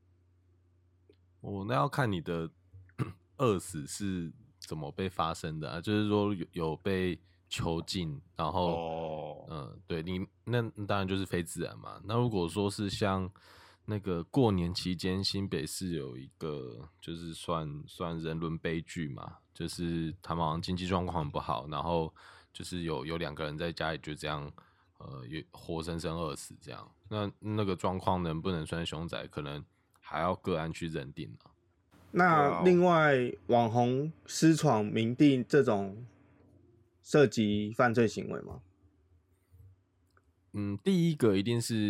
哦，那要看你的饿死是怎么被发生的啊？就是说有有被囚禁，然后，哦、嗯，对你那当然就是非自然嘛。那如果说是像那个过年期间，新北市有一个就是算算人伦悲剧嘛，就是他们好像经济状况很不好，然后就是有有两个人在家里就这样，呃，活生生饿死这样。那那个状况能不能算凶宅？可能还要个案去认定啊。
那另外，网红私闯民地这种涉及犯罪行为吗？
嗯，第一个一定是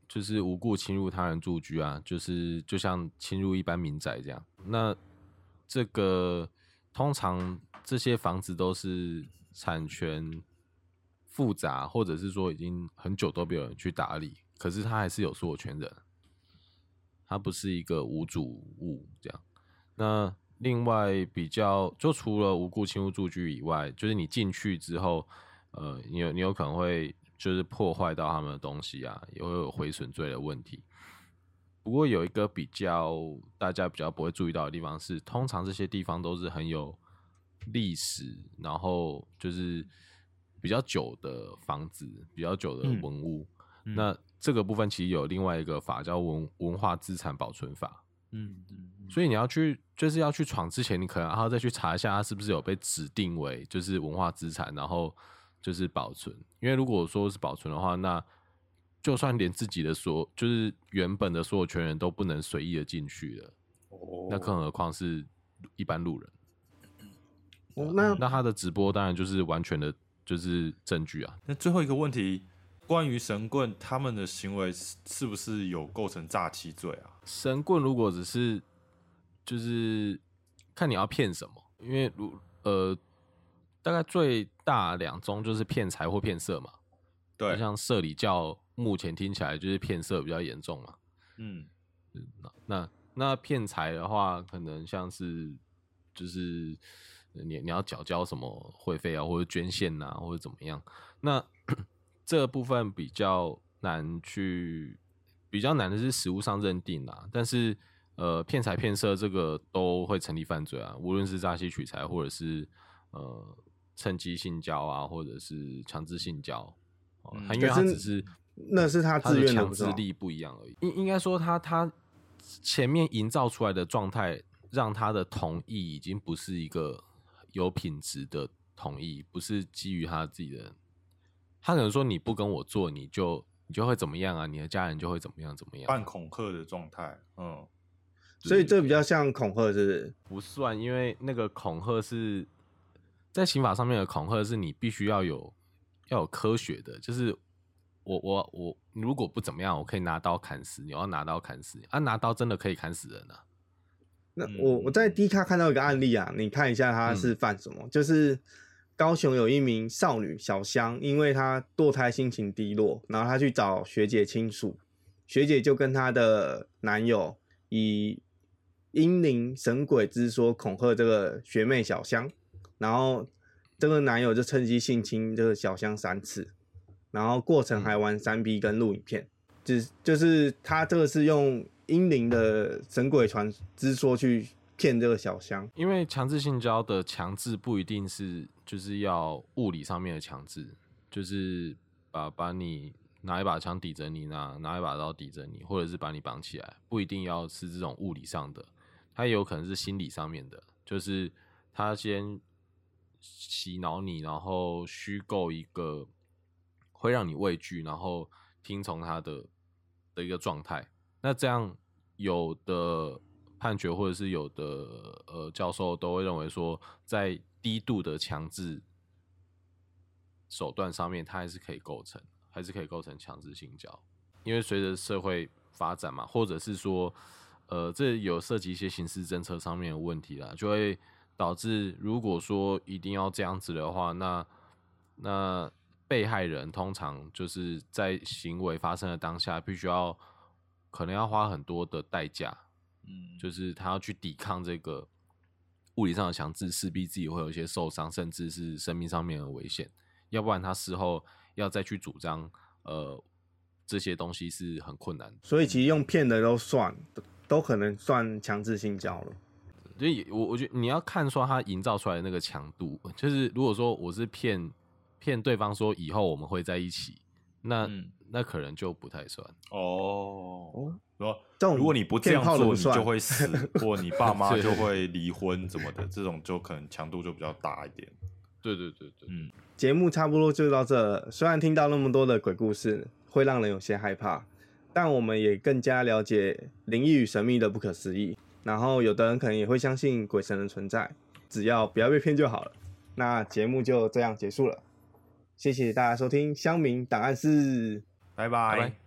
就是无故侵入他人住居啊，就是就像侵入一般民宅这样。那这个通常这些房子都是产权复杂，或者是说已经很久都没有人去打理，可是他还是有所有权人，他不是一个无主物这样。那另外比较，就除了无故侵入住居以外，就是你进去之后，呃，你有你有可能会就是破坏到他们的东西啊，也会有毁损罪的问题。不过有一个比较大家比较不会注意到的地方是，通常这些地方都是很有历史，然后就是比较久的房子，比较久的文物。嗯、那这个部分其实有另外一个法叫文文化资产保存法。嗯嗯，所以你要去就是要去闯之前，你可能还要再去查一下它是不是有被指定为就是文化资产，然后就是保存。因为如果说是保存的话，那就算连自己的所就是原本的所有权人都不能随意的进去了，哦，那更何况是一般路人。哦，那那他的直播当然就是完全的就是证据啊。
那最后一个问题，关于神棍他们的行为是不是有构成诈欺罪啊？
神棍如果只是就是看你要骗什么，因为如呃大概最大两宗就是骗财或骗色嘛。对，就像社里教目前听起来就是骗色比较严重嘛。嗯，那那骗财的话，可能像是就是你你要缴交什么会费啊，或者捐献啊，或者怎么样。那这个部分比较难去，比较难的是实务上认定啦。但是呃，骗财骗色这个都会成立犯罪啊，无论是诈欺取财，或者是呃趁机性交啊，或者是强制性交。哦，他因为他只是
那是他自愿的
强制力不一样而已。应应该说他他前面营造出来的状态，让他的同意已经不是一个有品质的同意，不是基于他自己的。他可能说你不跟我做，你就你就会怎么样啊？你的家人就会怎么样怎么样？
半恐吓的状态，嗯，
所以这比较像恐吓，是不是？
不算，因为那个恐吓是在刑法上面的恐吓，是你必须要有要有科学的，就是我我我如果不怎么样，我可以拿刀砍死你，我要拿刀砍死你啊！拿刀真的可以砍死人啊！
那我我在 D 卡看到一个案例啊，你看一下他是犯什么？嗯、就是高雄有一名少女小香，因为她堕胎心情低落，然后她去找学姐倾诉，学姐就跟她的男友以阴灵神鬼之说恐吓这个学妹小香，然后这个男友就趁机性侵这个小香三次，然后过程还玩三 P 跟录影片，就是就是他这个是用阴灵的神鬼传之说去骗这个小香。
因为强制性交的强制不一定是就是要物理上面的强制，就是把把你拿一把枪抵着你，拿拿一把刀抵着你，或者是把你绑起来，不一定要是这种物理上的，它也有可能是心理上面的，就是他先洗脑你，然后虚构一个会让你畏惧，然后听从他的的一个状态。那这样有的判决或者是有的呃教授都会认为说，在低度的强制手段上面，它还是可以构成，还是可以构成强制性交。因为随着社会发展嘛，或者是说，呃，这有涉及一些刑事政策上面的问题啦，就会导致如果说一定要这样子的话，那那被害人通常就是在行为发生的当下，必须要可能要花很多的代价，嗯，就是他要去抵抗这个物理上的强制，势必自己会有一些受伤，甚至是生命上面的危险，要不然他事后要再去主张，呃，这些东西是很困难的。
所以其实用骗的都算，都可能算强制性交了。
所以我我觉得你要看说他营造出来的那个强度，就是如果说我是骗骗对方说以后我们会在一起，那、嗯、那可能就不太算
哦。哦，如果你不这样做，你就会死，或你爸妈就会离婚什么的，这种就可能强度就比较大一点。
对对对对，嗯。
节目差不多就到这了，虽然听到那么多的鬼故事，会让人有些害怕，但我们也更加了解灵异与神秘的不可思议。然后有的人可能也会相信鬼神的存在，只要不要被骗就好了。那节目就这样结束了，谢谢大家收听乡民档案室，
拜拜。拜拜。